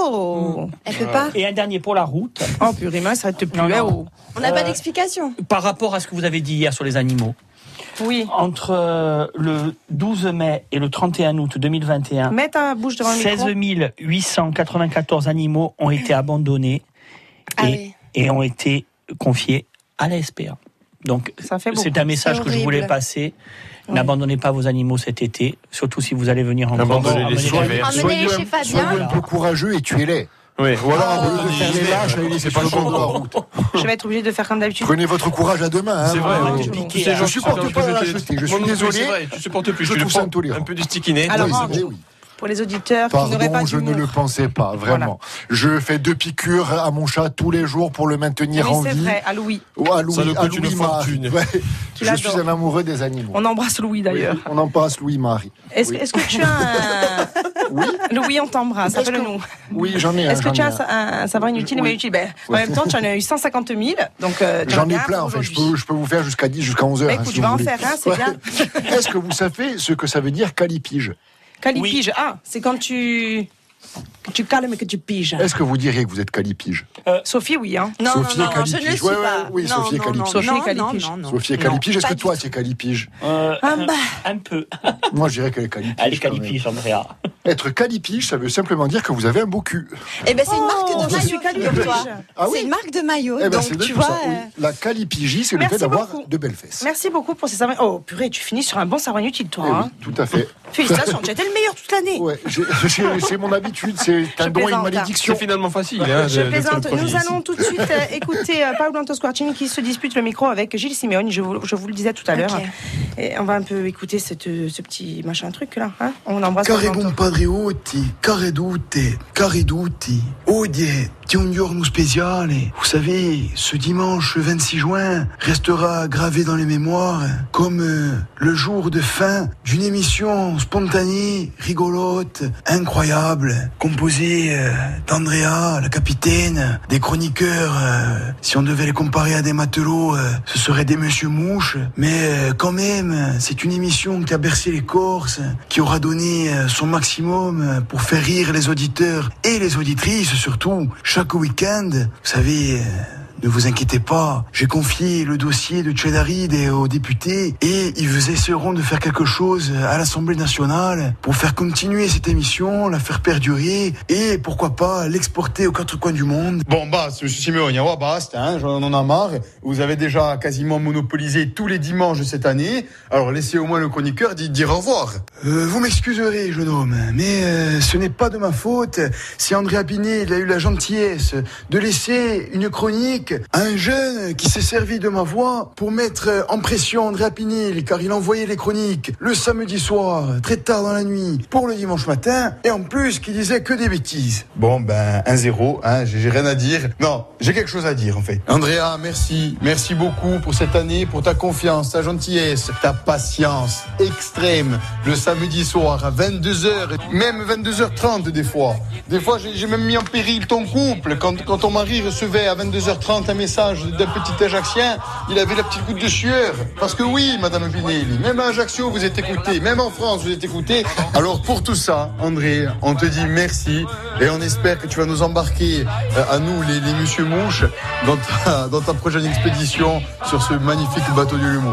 Oh Elle peut pas. Et un dernier pour la route. Oh, purée, mais ça te plus. Non, hein, non. oh. On n'a pas Euh, d'explication. Par rapport à ce que vous avez dit hier sur les animaux, Oui. entre euh, le douze mai et le trente et un août deux mille vingt et un, Mets ta bouche devant le micro. seize mille huit cent quatre-vingt-quatorze animaux ont été abandonnés Ah et, oui. et ont été confiés à la S P A. Donc, Ça fait beaucoup. c'est un message C'est que je voulais horrible. passer. Oui. N'abandonnez pas vos animaux cet été, surtout si vous allez venir en N'abandonnez France. les Emmenez-les. sauver. Emmenez-les Soyez chez un- Fabien. soyez un peu courageux et tuez-les. Oui. Ou alors, Ah. au lieu de faire des lâches, les laissez pas le bord de la route. Je vais être obligée de faire comme d'habitude. Prenez votre courage à deux mains. Hein, C'est vrai, vraiment. ouais, tous piquer, ces hein. gens Je qui supporte sont pas la dans le lâcheté, je suis Non, non, désolé. C'est vrai, tu supportes plus. Je tu le trouve ça prends intolérant. un peu du stickinet. Alors, Oui, Range, oui, oui. pour les auditeurs qui n'auraient pas Pardon, je ne d'humour. le pensais pas, vraiment. Je fais deux piqûres à mon chat tous les jours pour le maintenir Oui, en c'est vie. vrai, à Louis. Ou à Louis, Ça nous à coûte une Louis fortune. Marie. Ouais. Qu'il Je adore. suis un amoureux des animaux. On embrasse Louis d'ailleurs. Oui, on embrasse Louis-Marie. Est-ce, Oui. est-ce que tu as un. Oui. Louis, on t'embrasse, appelle-nous. Oui, j'en ai un. Est-ce que j'en tu ai as un. un, un savoir inutile et Oui. mais utile ben, En Ouais. même temps, tu en as eu cent cinquante mille, donc euh, tu en as J'en ai bien plein, pour en fait. Je aujourd'hui. peux, je peux vous faire jusqu'à dix, jusqu'à onze heures. Bah, hein, écoute, si tu vas vous en voulez. faire un, c'est bien. Est-ce que vous savez ce que ça veut dire calipige? Calipige, ah, c'est quand tu. Que tu cales mais que tu piges. Est-ce que vous diriez que vous êtes calipige? Sophie, oui. Hein. Non, Sophie non, est non, je ne calipige. le suis Ouais, ouais, pas. oui, non, Sophie est non, calipige. non, Sophie non, est calipige. non, non. Sophie est calipige. Est-ce pas que du toi, tout. tu es calipige? Euh, Ah bah. Un peu. Moi, je dirais qu'elle est calipige. Allez, quand même. calipige, Andrea. Être calipige, ça veut simplement dire que vous avez un beau cul. Eh ben, c'est une Oh, marque de je maillot, suis calipige. figure-toi. Ah oui C'est une marque de maillot, Eh ben, donc c'est tu tout vois. ça, oui. euh, La calipigie, c'est le Merci fait d'avoir beaucoup. de belles fesses. Merci beaucoup pour ces savoirs. Oh purée, tu finis sur un bon savoir inutile, toi. Eh oui, Hein. tout à fait. Félicitations, tu as été le meilleur toute l'année. Ouais, j'ai- j'ai- c'est mon habitude, c'est un Je don et une plaisante. malédiction. C'est finalement facile. Hein, Je de- d'être plaisante. le premier Nous ici. allons tout de suite euh, écouter euh, Paolo Antosquarcini qui se dispute le micro avec Gilles Simeone. Je vous, je vous le disais tout à l'heure. Ok. Et on va un peu écouter cette, ce petit machin truc là. Hein, on embrasse Cari Paolo Anto. compadriotti, cari tutte, cari tutti, oggi è un giorno speciale. Vous savez, ce dimanche vingt-six juin restera gravé dans les mémoires comme euh, le jour de fin d'une émission spontanée, rigolote, incroyable, composée euh, d'Andrea, la capitaine, des chroniqueurs. euh, si on devait les comparer à des matelots, euh, ce serait des Monsieur Mouche. Mais euh, quand même, c'est une émission qui a bercé les Corses, qui aura donné euh, son maximum euh, pour faire rire les auditeurs et les auditrices surtout chaque week-end. Vous savez, euh, ne vous inquiétez pas, j'ai confié le dossier de Chedaride aux députés et ils essaieront de faire quelque chose à l'Assemblée nationale pour faire continuer cette émission, la faire perdurer et pourquoi pas l'exporter aux quatre coins du monde. Bon, bah, monsieur Simeone, ouais, basta, hein, j'en en ai marre. Vous avez déjà quasiment monopolisé tous les dimanches de cette année. Alors laissez au moins le chroniqueur di- dire au revoir. Euh, vous m'excuserez, jeune homme, mais euh, ce n'est pas de ma faute si Andrea Pinet il a eu la gentillesse de laisser une chronique à un jeune qui s'est servi de ma voix pour mettre en pression Andrea Pinel, car il envoyait les chroniques le samedi soir, très tard dans la nuit, pour le dimanche matin, et en plus qui disait que des bêtises. Bon, ben, un zéro, hein, j'ai j'ai rien à dire. Non, j'ai quelque chose à dire, en fait. Andrea, merci. Merci beaucoup pour cette année, pour ta confiance, ta gentillesse, ta patience extrême. Le samedi soir à vingt-deux heures, même vingt-deux heures trente des fois. Des fois, j'ai j'ai même mis en péril ton couple. Quand, quand ton mari recevait à vingt-deux heures trente un message d'un petit Ajaxien, il avait la petite goutte de sueur. Parce que oui, Madame Pinelli, même à Ajaccio, vous êtes écouté, même en France, vous êtes écouté. Alors pour tout ça, André, on te dit merci et on espère que tu vas nous embarquer, euh, à nous, les, les Monsieur Mouche, dans ta, dans ta prochaine expédition sur ce magnifique bateau de l'humour.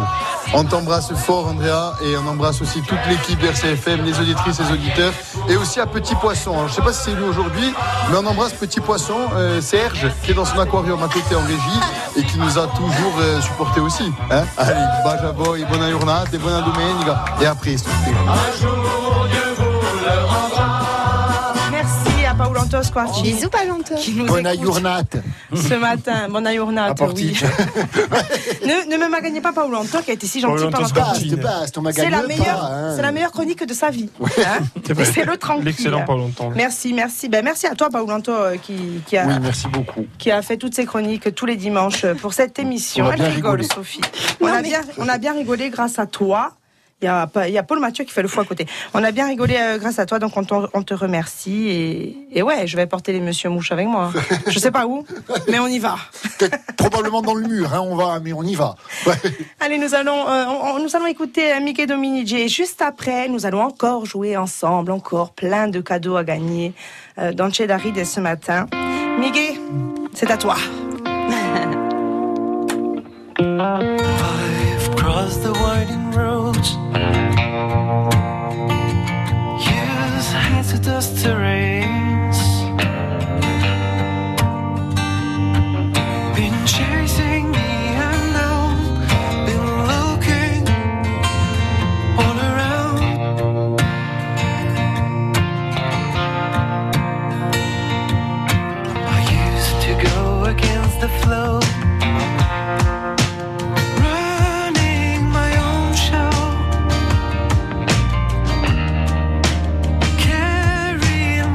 On t'embrasse fort, Andrea, et on embrasse aussi toute l'équipe de R C F M, les auditrices et les auditeurs, et aussi à Petit Poisson. Alors, je ne sais pas si c'est lui aujourd'hui, mais on embrasse Petit Poisson, euh, Serge, qui est dans son aquarium à côté en régie, et qui nous a toujours euh, supporté aussi. Hein. Allez, baja boy, buona giornata, buona domenica, et après, s'il vous plaît. Un jour, Dieu vous le rendra. Merci à Paolo Antos Quarci. Bisous, Paolo Antos. Buona giornata. Ce matin, buona giornata, oui. ne, ne me magagnez pas Paolo Antos qui a été si gentil Paolo pendant Antos Quarci. Baste, on C'est la magagne meilleure, pas, hein. c'est la meilleure chronique de sa vie. Hein. C'est, c'est le tranquille. L'excellent Paolo Antos. Merci, merci. Ben, merci à toi, Paolo Antos, euh, qui, qui a. Oui, merci beaucoup. Qui a fait toutes ces chroniques tous les dimanches pour cette émission. Elle rigole, rigolé. Sophie. On, non, a mais... bien, on a bien rigolé grâce à toi. Il y, a, il y a Paul Mathieu qui fait le fou à côté. On a bien rigolé euh, grâce à toi, donc on, on te remercie. Et, et ouais, je vais porter les Monsieur Mouche avec moi. Je sais pas où, mais on y va. Peut-être probablement dans le mur, hein, on va, mais on y va. Ouais. Allez, nous allons, euh, on, nous allons écouter euh, Mickey Dominici. Et juste après, nous allons encore jouer ensemble, encore plein de cadeaux à gagner euh, dans Chedari dès ce matin. Mickey, c'est à toi. I've crossed the winding roads, years hazardous terrains, been chasing the unknown, been looking all around. I used to go against the flow, carry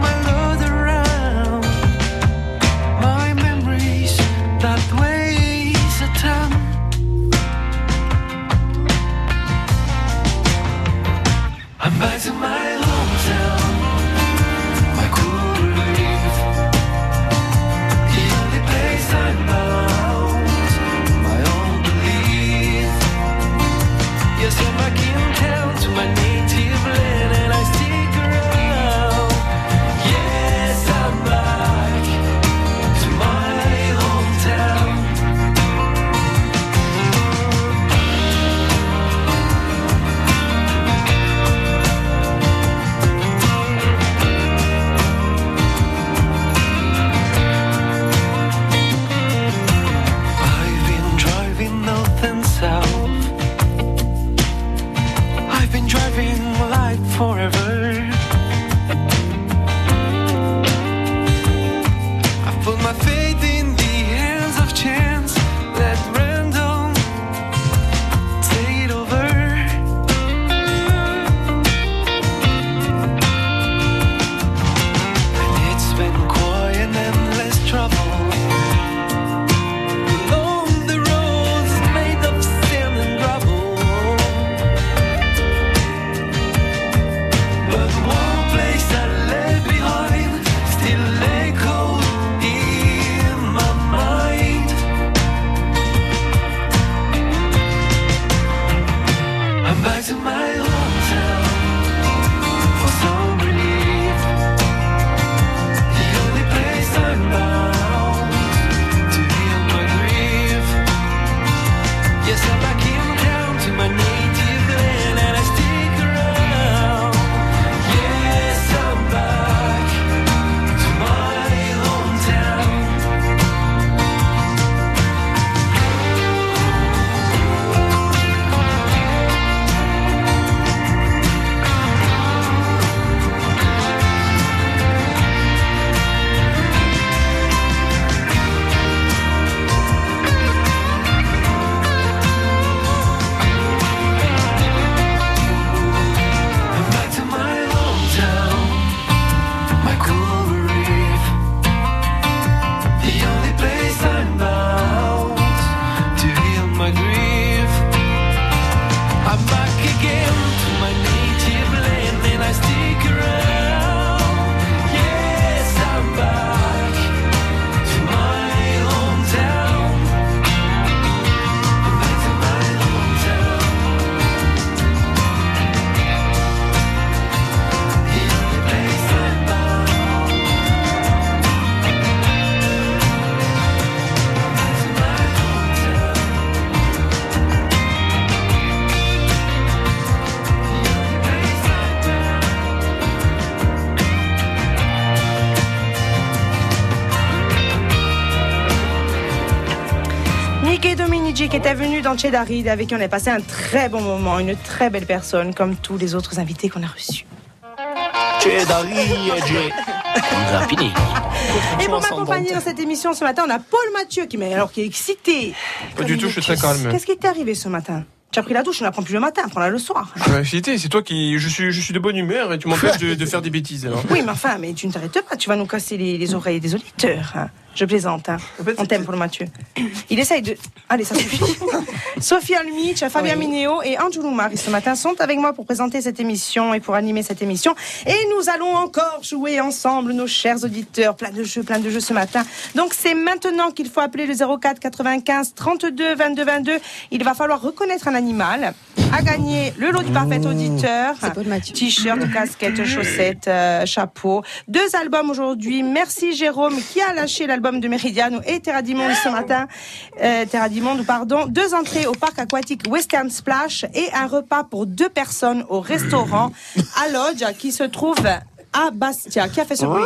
D J qui était venu dans Chedarid, avec qui on a passé un très bon moment, une très belle personne, comme tous les autres invités qu'on a reçus. Chedarid, Andrea Pinelli. Et pour m'accompagner dans cette émission ce matin, on a Paul Mathieu qui, alors, qui est excité. Pas du tout, je suis très calme. Qu'est-ce qui t'est arrivé ce matin? Tu as pris la douche, on la prend plus le matin, prends-la le soir. Je suis excité, c'est toi qui. Je suis, je suis de bonne humeur et tu m'empêches de, de faire des bêtises alors. Oui, mais enfin, mais tu ne t'arrêtes pas, tu vas nous casser les, les oreilles des auditeurs. Hein. Je plaisante, hein. On t'aime pour le Mathieu. Il essaye de... Allez, ça suffit. Sophie Almich, Fabien oui. Mineo et Angelou Marie ce matin sont avec moi pour présenter cette émission et pour animer cette émission. Et nous allons encore jouer ensemble, nos chers auditeurs. Plein de jeux, plein de jeux ce matin. Donc c'est maintenant qu'il faut appeler le zéro quatre quatre-vingt-quinze trente-deux vingt-deux vingt-deux. Il va falloir reconnaître un animal. À gagner le lot du parfait auditeur. T-shirt, casquette, chaussettes, euh, chapeau. Deux albums aujourd'hui. Merci Jérôme qui a lâché l'album de Meridiano et Terra di Mondo ce matin. Euh, Terra di Mondo, pardon. Deux entrées au parc aquatique Western Splash et un repas pour deux personnes au restaurant à Lodge qui se trouve à Bastia. Qui a fait ce bruit?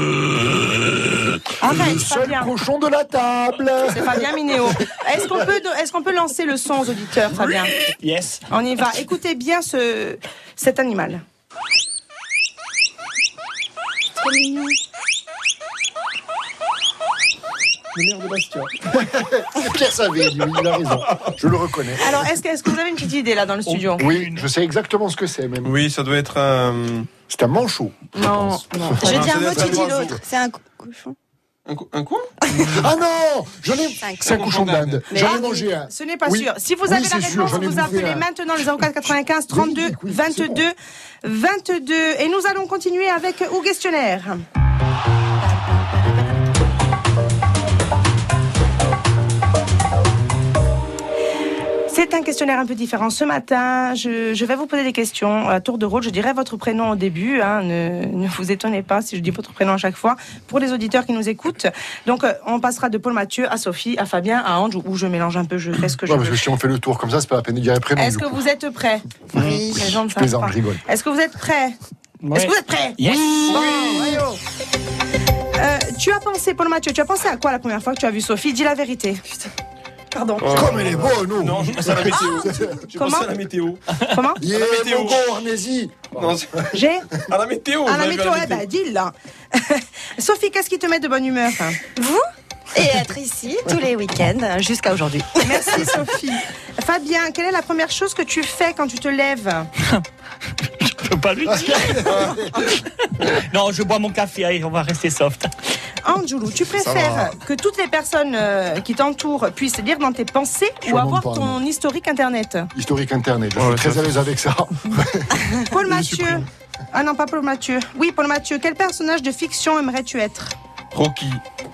Arrête, le seul Fabien. cochon de la table. C'est Fabien Mineo. Est-ce qu'on peut, est-ce qu'on peut lancer le son aux auditeurs, Fabien? Yes. On y va. Écoutez bien ce, cet animal. Trop mignon. Le maire de Bastia. Pierre savait, il a raison. Je le reconnais. Alors, est-ce que, est-ce que vous avez une petite idée là dans le studio? Oui, je sais exactement ce que c'est même. Oui, ça doit être un. C'est un manchot. Non, non. Je dis un mot, ça tu dis doit être l'autre. C'est un co- cochon. Un, co- un quoi? Ah non, j'en ai. C'est un C'est un cochon d'Inde. Mais J'en ai mangé un. Ce n'est pas Oui. sûr. Si vous Oui, avez la c'est sûr, réponse, j'en ai vous bouffé appelez un. maintenant le zéro quatre quatre-vingt-quinze trente-deux Oui, oui, vingt-deux vingt-deux. Et nous allons continuer avec Ou Questionnaire. C'est un questionnaire un peu différent. Ce matin, je, je vais vous poser des questions à tour de rôle. Je dirai votre prénom au début. Hein. Ne, ne vous étonnez pas si je dis votre prénom à chaque fois. Pour les auditeurs qui nous écoutent. Donc, on passera de Paul Mathieu à Sophie, à Fabien, à Ange, ou je mélange un peu, je fais ce que je Ouais, veux. parce que si on fait le tour comme ça, c'est pas la peine de dire les prénoms. Est-ce du que coup. vous êtes prêts? Oui. Les gens ne Je savent plaisante, pas. je rigole. Est-ce que vous êtes prêts? Ouais. Est-ce que vous êtes prêts? Yes. Bon, voyons. Euh, tu as pensé, Paul Mathieu, tu as pensé à quoi la première fois que tu as vu Sophie? Dis la vérité. Putain. Pardon. Oh. Comme elle est bonne, nous. Non, je pense à la météo. Je Comment pense à la météo. Comment? Yeah, À la météo. mon gars, Arnésie. Non, c'est- J'ai à la météo. À la j'arrive météo, eh ben, dis là. Sophie, qu'est-ce qui te met de bonne humeur? Vous et être ici tous les week-ends jusqu'à aujourd'hui. Merci Sophie. Fabien, quelle est la première chose que tu fais quand tu te lèves? Je peux pas lui dire. Non, je bois mon café. Allez, on va rester soft. Angelou, tu préfères que toutes les personnes euh, qui t'entourent puissent lire dans tes pensées ou Sûrement avoir pas, ton non. historique internet? Historique internet. Je Ouais, suis très ça, à l'aise avec ça. Paul Je Mathieu. supprime. Ah non, pas Paul Mathieu. Oui, Paul Mathieu. Quel personnage de fiction aimerais-tu être? Rocky.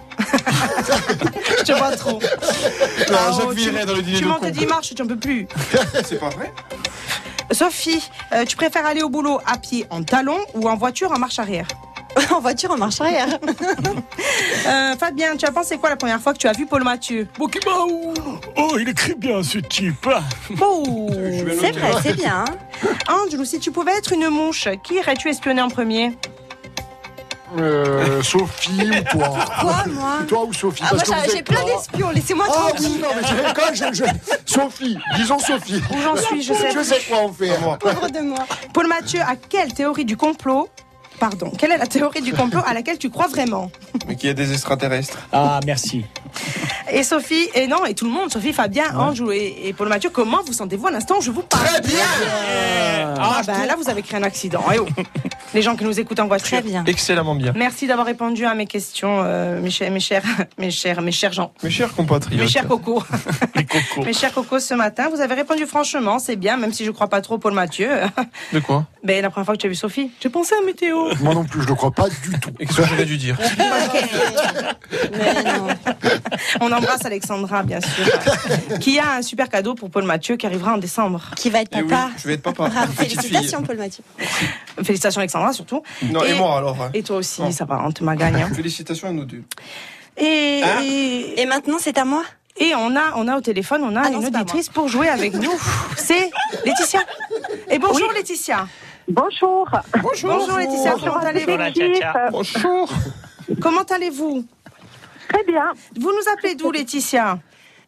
Je te vois trop. Non, Ah, oh, Jacques Villeray tu- dans le dîner Tu de montes con. dix marches, tu n'en peux plus. C'est pas vrai? Sophie, euh, tu préfères aller au boulot à pied en talons ou en voiture en marche arrière? En voiture, en marche arrière. Euh, Fabien, tu as pensé quoi la première fois que tu as vu Paul Mathieu? Oh, il écrit bien ce type. Oh, C'est vrai, c'est bien. Angelou, si tu pouvais être une mouche, qui irais-tu espionner en premier? Euh, Sophie ou toi? Quoi, moi? Toi ou Sophie? Ah, Parce que moi, vous j'ai êtes plein pas- d'espions, laissez-moi Ah tranquille. oui, non, mais c'est quand je, je- Sophie, disons Sophie. Où j'en suis, je sais. Je sais quoi en faire. Pauvre de moi. Paul Mathieu, à quelle théorie du complot Pardon, quelle est la théorie du complot à laquelle tu crois vraiment? Mais qu'il y a des extraterrestres. Ah, merci. Et Sophie, et non, et tout le monde, Sophie, Fabien, Angelou et, et Paul Mathieu, comment vous sentez-vous à l'instant où je vous parle? Très bien. Ah, ben là, vous avez créé un accident. Eh oh. Les gens qui nous écoutent en voiture. Très bien. Excellemment bien. Merci d'avoir répondu à mes questions, euh, mes, chers, mes, chers, mes, chers, mes chers gens. Mes chers compatriotes. Mes chers cocos. Les cocos. Mes chers cocos, ce matin, vous avez répondu franchement, c'est bien, même si je crois pas trop Paul Mathieu. De quoi? Ben, la première fois que tu as vu Sophie, j'ai pensé à météo. Moi non plus, je le crois pas du tout. Et qu'est-ce que j'aurais dû dire? Mais non. On embrasse Alexandra, bien sûr, qui a un super cadeau pour Paul Mathieu qui arrivera en décembre. Qui va être Eh oui, papa. je vais être papa. Bravo, Petite félicitations, fille. Paul Mathieu. Félicitations Alexandra, surtout. Non, et, moi alors. hein. Et toi aussi, Non. ça va, on te m'a gagné. hein. Félicitations à nous deux. Et, Hein et, Et maintenant, c'est à moi. et on a, on a au téléphone, on a Ah non, une c'est pas auditrice pour jouer avec nous. C'est Laetitia. Et bonjour Laetitia. Bonjour. Bonjour, bonjour Laetitia, Bonjour comment à toute allez-vous? l'équipe. Bonjour. Comment allez-vous? Très bien. Vous nous appelez d'où Laetitia?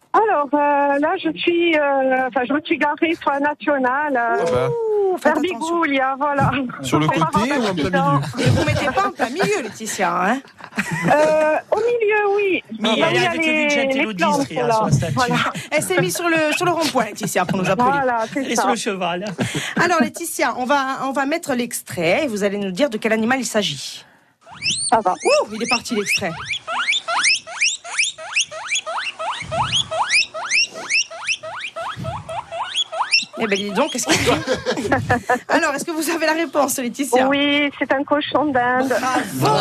Alors, euh, là, je suis, euh, enfin, je me suis garée sur la nationale, euh, Ah bah. vers Bigoulia, voilà. Sur le côté ou en plein milieu? Et vous mettez pas en plein milieu, Laetitia, hein? Euh, au milieu, oui. Mais Là où il y a les- des les gentillo plantes, distri, hein, là. sur la statue. Voilà. Elle s'est mise sur le, sur le rond-point, Laetitia, pour nous applaudir. Voilà, c'est Elle est ça. sur le cheval. Alors, Laetitia, on va, on va mettre l'extrait et vous allez nous dire de quel animal il s'agit. Ça va. Ouh, il est parti l'extrait. Eh ben dis donc, qu'est-ce qu'il dit? Alors, est-ce que vous avez la réponse, Laetitia? Oui, c'est un cochon d'Inde. Bravo,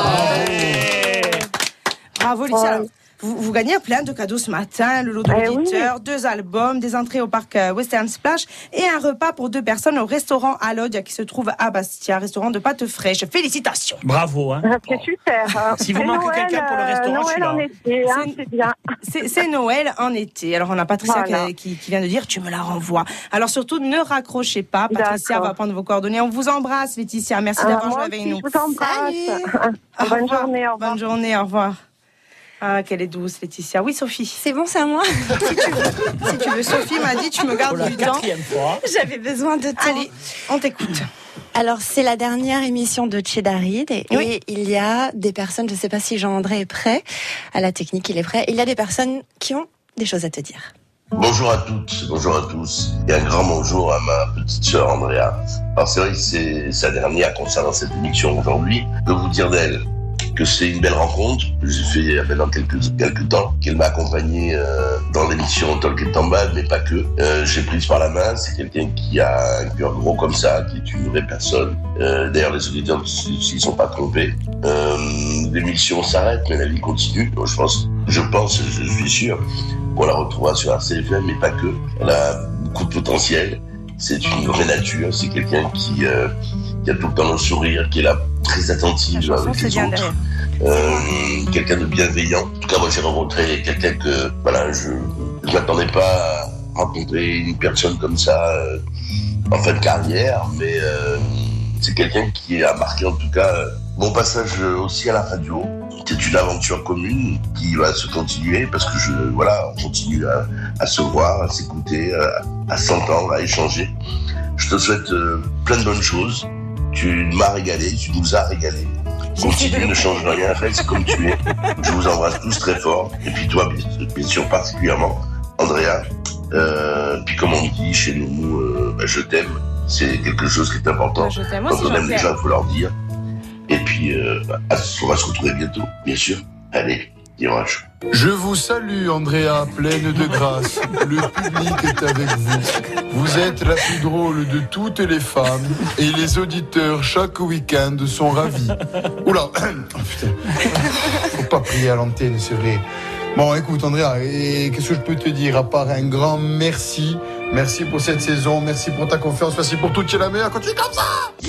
Bravo Laetitia. Alors, Vous, vous gagnez plein de cadeaux ce matin, le lot de Eh l'auditeur, oui. deux albums, des entrées au parc euh, Western Splash et un repas pour deux personnes au restaurant Alodia qui se trouve à Bastia, restaurant de pâtes fraîches. Félicitations. Bravo. Hein. C'est super. hein. Si vous C'est manque Noël, quelqu'un pour le restaurant, euh, je suis Noël en là. été, hein, c'est bien. C'est c'est Noël en été. Alors on a Patricia Voilà. qui, qui- qui vient de dire tu me la renvoies. Alors surtout ne raccrochez pas. Patricia D'accord. va prendre vos coordonnées. On vous embrasse Laetitia. Merci Ah, d'avoir moi joué avec aussi, nous. je vous embrasse. Au Bonne revoir. journée, au revoir. Bonne journée, au revoir. Ah, qu'elle est douce, Laetitia. Oui, Sophie. C'est bon, c'est à moi. Si tu veux, si tu veux. Sophie m'a dit, tu me gardes Pour la du temps. quatrième fois. J'avais besoin de temps. Allez, on t'écoute. Alors, c'est la dernière émission de Chedarid et, Oui. et il y a des personnes, je ne sais pas si Jean-André est prêt, à la technique il est prêt, il y a des personnes qui ont des choses à te dire. Bonjour à toutes, bonjour à tous, et un grand bonjour à ma petite sœur Andrea. Alors c'est vrai que c'est sa dernière concernant cette émission aujourd'hui. Je peux vous dire d'elle que c'est une belle rencontre. J'ai fait il y a maintenant quelques, quelques temps qu'elle m'a accompagné euh, dans l'émission Talk et Tambal, mais pas que. Euh, j'ai prise par la main, c'est quelqu'un qui a un cœur gros comme ça, qui est une vraie personne. Euh, d'ailleurs, les auditeurs, s'ils ne sont pas trompés, euh, l'émission s'arrête, mais la vie continue. Donc, je pense, je pense, je suis sûr qu'on la retrouvera sur R C F M, mais pas que. Elle a beaucoup de potentiel. C'est une vraie nature. C'est quelqu'un qui, euh, qui a tout le temps le sourire, qui est là très attentive avec les autres. Euh, quelqu'un de bienveillant. En tout cas, moi, j'ai rencontré quelqu'un que, voilà, je ne m'attendais pas à rencontrer une personne comme ça euh, en fin de carrière, mais euh, c'est quelqu'un qui a marqué, en tout cas, euh, mon passage aussi à la radio. C'est une aventure commune qui va se continuer parce que je, voilà, on continue à, à se voir, à s'écouter, à, à s'entendre, à échanger. Je te souhaite euh, plein de bonnes choses. Tu m'as régalé, tu nous as régalé. Continue, ne change rien, reste comme tu es. Je vous embrasse tous très fort. Et puis toi, bien, bien sûr, particulièrement, Andrea. Euh, puis comme on dit chez nous, euh, bah, je t'aime. C'est quelque chose qui est important. Je t'aime Quand aussi, on aime les Jean-Pierre. gens, il faut leur dire. Et puis, euh, bah, on va se retrouver bientôt, bien sûr. Allez, dimanche. Je vous salue, Andrea, pleine de grâce. Le public est avec vous. Vous êtes la plus drôle de toutes les femmes et les auditeurs chaque week-end sont ravis. Oula, oh, putain. Faut pas prier à l'antenne, c'est vrai. Bon, écoute, Andrea, et qu'est-ce que je peux te dire à part un grand merci. Merci pour cette saison, merci pour ta confiance, merci pour tout. Tu es la meilleure, continue comme ça. Il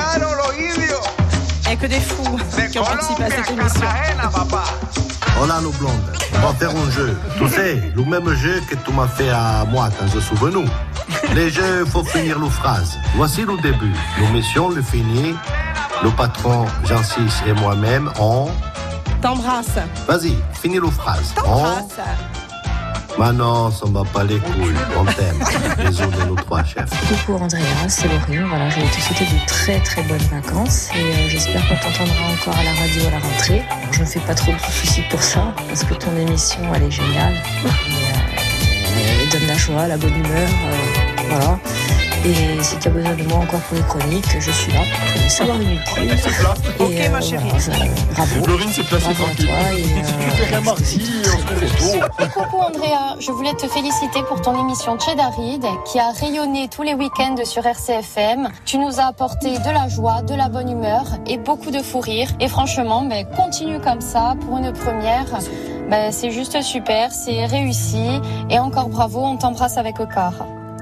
n'y a que des fous qui ont participé à cette émission. Hola, le blonde. On va faire un jeu. Tu sais, le même jeu que tu m'as fait à moi quand je suis venu. Les jeux, il faut finir la phrase. Voici le début. Nous missions le fini. Le patron, Jean-Cis et moi-même, on... T'embrasse. Vas-y, finis la phrase. T'embrasse. On... Bah non, ça ne va pas les couilles. On t'aime. Désolé, nous trois chefs. Coucou Andrea, c'est Laurine. Voilà, je vais te souhaiter de très très bonnes vacances et euh, j'espère qu'on t'entendra encore à la radio à la rentrée. Alors, je ne me fais pas trop de soucis pour ça parce que ton émission elle est géniale. Et, euh, elle donne la joie, la bonne humeur, euh, voilà. Et si tu as besoin de moi encore pour les chroniques, je suis là pour les savoir inutiles. Ok, ma chérie. Voilà, bravo. Laurine s'est placée Bravo à toi et euh, un mardi, on se fait tôt. Coucou Andrea, je voulais te féliciter pour ton émission Chedarid qui a rayonné tous les week-ends sur R C F M. Tu nous as apporté de la joie, de la bonne humeur et beaucoup de fou rire. Et franchement, ben, continue comme ça pour une première. Ben, c'est juste super, c'est réussi. Et encore bravo, on t'embrasse avec le car.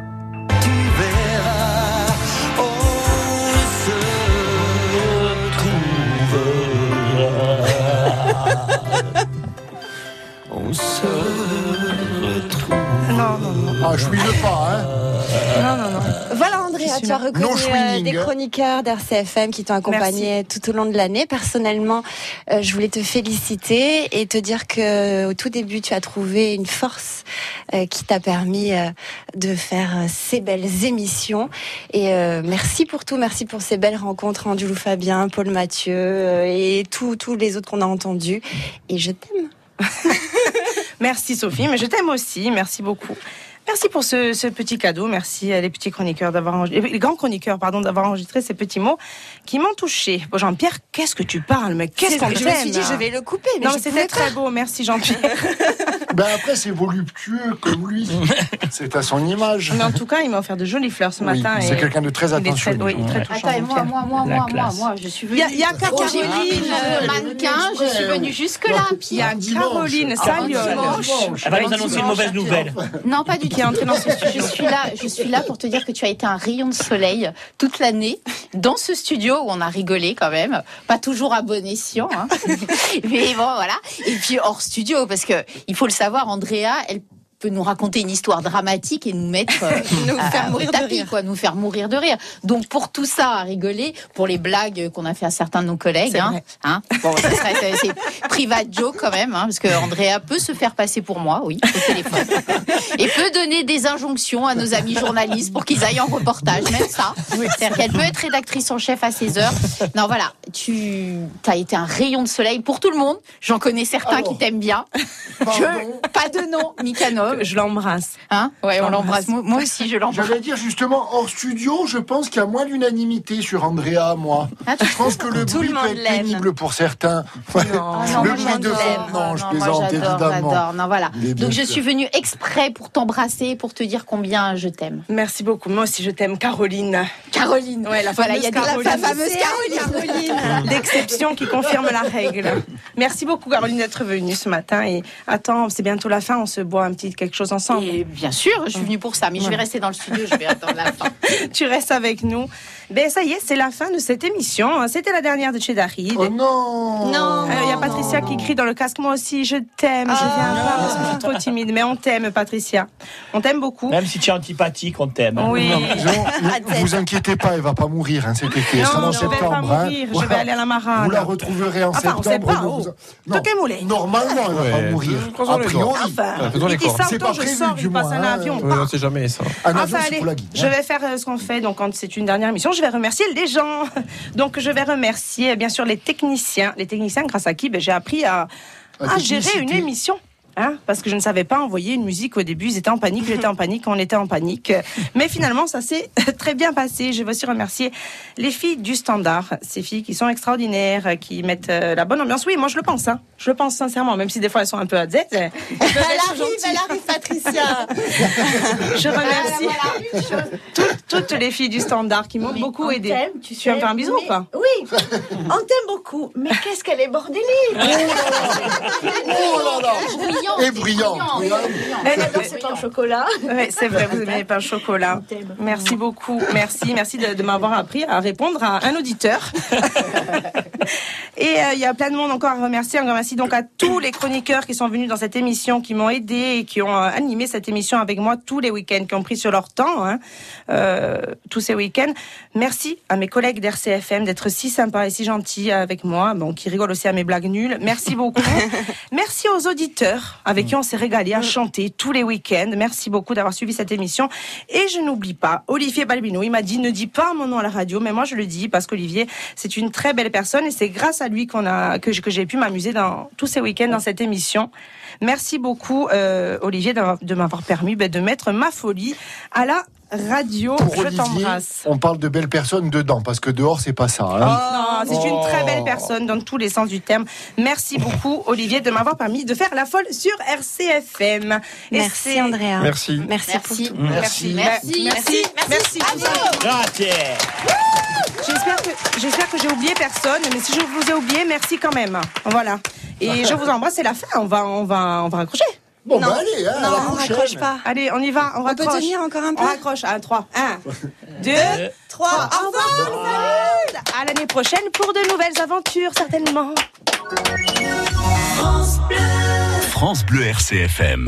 On se retrouve. Non, non, non. Ah, je suis le pas, hein. Non, non, non. Voilà Andrea Andrea, tu as reconnu No euh, swinging, des hein. chroniqueurs d'R C F M qui t'ont accompagné tout au long de l'année. Personnellement, euh, je voulais te féliciter et te dire que au tout début, tu as trouvé une force euh, qui t'a permis euh, de faire euh, ces belles émissions. Et euh, merci pour tout, merci pour ces belles rencontres, Angelou Fabien, Paul Mathieu euh, et tous tous les autres qu'on a entendus. Et je t'aime. Merci Sophie, mais je t'aime aussi, merci beaucoup. Merci pour ce, ce petit cadeau, merci à les petits chroniqueurs d'avoir enregistré, les grands chroniqueurs, pardon, d'avoir enregistré ces petits mots qui m'ont touché. Bon, Jean-Pierre, qu'est-ce que tu parles, mais qu'est-ce qu'on t'aime. Je me suis dit, je vais le couper, mais non, je mais c'était très beau, merci Jean-Pierre. Ben après, c'est voluptueux comme lui. C'est à son image. Mais en tout cas, il m'a offert de jolies fleurs ce Oui, matin. c'est et quelqu'un de très il est attentionné. oui, très touchant. Attends, et moi, moi, moi, La moi, moi, classe. moi, je suis venue. Il y a, il y a Caroline, J'ai pris le mannequin, je suis venue jusque-là. il y a Caroline Saliol. Elle va nous annoncer une mauvaise nouvelle. Non, pas du tout. Qui est entrée dans ce studio. Je suis là, je suis là pour te dire que tu as été un rayon de soleil toute l'année dans ce studio où on a rigolé quand même, pas toujours à bon escient, hein. Mais bon voilà. Et puis hors studio parce que il faut le savoir, Andrea, elle peut nous raconter une histoire dramatique et nous mettre euh, Nous à- faire au mourir de tapis, rire. quoi, nous faire mourir de rire. Donc pour tout ça à rigoler, pour les blagues qu'on a fait à certains de nos collègues, C'est hein, vrai. hein, bon, ça serait- c'est, c'est private joke quand même, hein, parce que Andrea peut se faire passer pour moi, oui, au téléphone, et peut donner des injonctions à nos amis journalistes pour qu'ils aillent en reportage, même ça. C'est-à-dire qu'elle peut être rédactrice en chef à seize heures. Non, voilà, tu as été un rayon de soleil pour tout le monde. J'en connais certains Alors, qui t'aiment bien. Je, pas de nom, Mikano. Je l'embrasse. Hein ouais, on Je l'embrasse. l'embrasse. Moi, moi aussi, je l'embrasse. J'allais dire justement, hors studio, je pense qu'il y a moins d'unanimité sur Andrea, moi. Ah, tu Je pense que le Tout bruit le peut monde être l'aime. pénible pour certains. Ouais. Ah non, le moi, bruit j'adore. de fond, non, je moi, plaisante j'adore, évidemment. j'adore. Non, voilà. Mais bien Donc, je sûr. suis venue exprès pour t'embrasser, pour te dire combien je t'aime. Merci beaucoup. Moi aussi, je t'aime, Caroline. Caroline. Ouais, la Voilà, fameuse il y a de Caroline. la fameuse Caroline. L'exception qui confirme la règle. Merci beaucoup, Caroline, d'être venue ce matin. Et attends, c'est bientôt la fin. On se boit un petit quelque chose ensemble. Et bien sûr, je suis venue pour ça, mais je vais rester dans le studio, je vais attendre la fin. Tu restes avec nous. Ben ça y est, c'est la fin de cette émission. C'était la dernière de Cheddarid. Oh non Non. Il y a Patricia qui crie dans le casque. Moi aussi, je t'aime. Je viens pas parce que je suis trop timide. Mais on t'aime, Patricia. On t'aime beaucoup. Même si tu es antipathique, on t'aime. Oui. Non, mais disons, ne vous inquiétez pas, elle va pas mourir hein, cet été. Elle sera Non, en je vais pas septembre. hein. mourir. Je Voilà. vais aller à la marade. Vous la retrouverez en Enfin, on septembre. sait pas, ne oh. vous- Toi, qu'est moulé. Normalement, elle va Ouais, pas mourir. croisons A les priori. Enfin, Ouais, faisons les il dit corps. ça, C'est autant pas je prévu, sors, du je passe moins, un hein. avion. Ouais, on sait jamais ça. Un avion, Enfin, c'est allez, pour la guide. je vais faire euh, ce qu'on fait. Donc, quand c'est une dernière émission, je vais remercier les gens. Donc, je vais remercier, bien sûr, les techniciens. Les techniciens, grâce à qui ben, j'ai appris à, La à gérer technicité. une émission. Hein, parce que je ne savais pas envoyer une musique au début. Ils étaient en panique, j'étais en panique, on était en panique. Mais finalement, ça s'est très bien passé. Je veux aussi remercier les filles du Standard. Ces filles qui sont extraordinaires, qui mettent euh, la bonne ambiance. Oui, moi je le pense. Hein. Je le pense sincèrement, même si des fois elles sont un peu à zette. Elle arrive, elle arrive, Patricia. Je remercie toutes, toutes les filles du Standard qui m'ont beaucoup aidé. Tu, tu vas me faire un bisou ou pas? Oui, on t'aime beaucoup. Mais qu'est-ce qu'elle est bordélique. Oh là là Et brillante. Elle adore ses pains au chocolat. Ouais, c'est vrai, vous aimez les pains au chocolat. Merci beaucoup. Merci, merci de, de m'avoir appris à répondre à un auditeur. Et il euh, y a plein de monde encore à remercier. Un grand merci donc à tous les chroniqueurs qui sont venus dans cette émission, qui m'ont aidé et qui ont euh, animé cette émission avec moi tous les week-ends, qui ont pris sur leur temps hein, euh, tous ces week-ends. Merci à mes collègues d'R C F M d'être si sympas et si gentils avec moi, bon, qui rigolent aussi à mes blagues nulles. Merci beaucoup. Merci aux auditeurs avec qui on s'est régalé à chanter tous les week-ends. Merci beaucoup d'avoir suivi cette émission. Et je n'oublie pas, Olivier Balbino, il m'a dit ne dis pas mon nom à la radio, mais moi je le dis parce qu'Olivier, c'est une très belle personne et c'est grâce à lui qu'on a, que, que j'ai pu m'amuser dans tous ces week-ends dans cette émission. Merci beaucoup, euh, Olivier, de m'avoir permis ben, de mettre ma folie à la radio. Pour je Olivier, t'embrasse. on parle de belles personnes dedans, parce que dehors, c'est pas ça. Hein. Non, c'est une Oh. très belle personne dans tous les sens du terme. Merci beaucoup, Olivier, de m'avoir permis de faire la folle sur R C F M. Et Merci, c'est- Andrea. Merci. Merci, Merci. pour tout. Merci. Merci. Merci. Merci. Grazie. J'espère que, j'espère que j'ai oublié personne, mais si je vous ai oublié, merci quand même. Voilà. Et je vous embrasse, c'est la fin. On va, on va, on va raccrocher. Bon, Non. bah allez, hein, Non, à la on prochaine. raccroche pas. Allez, on y va, on On peut raccroche. tenir encore un peu. On raccroche. Un, trois. Un, deux, Trois. au revoir. À l'année prochaine pour de nouvelles aventures, certainement. France Bleu R C F M.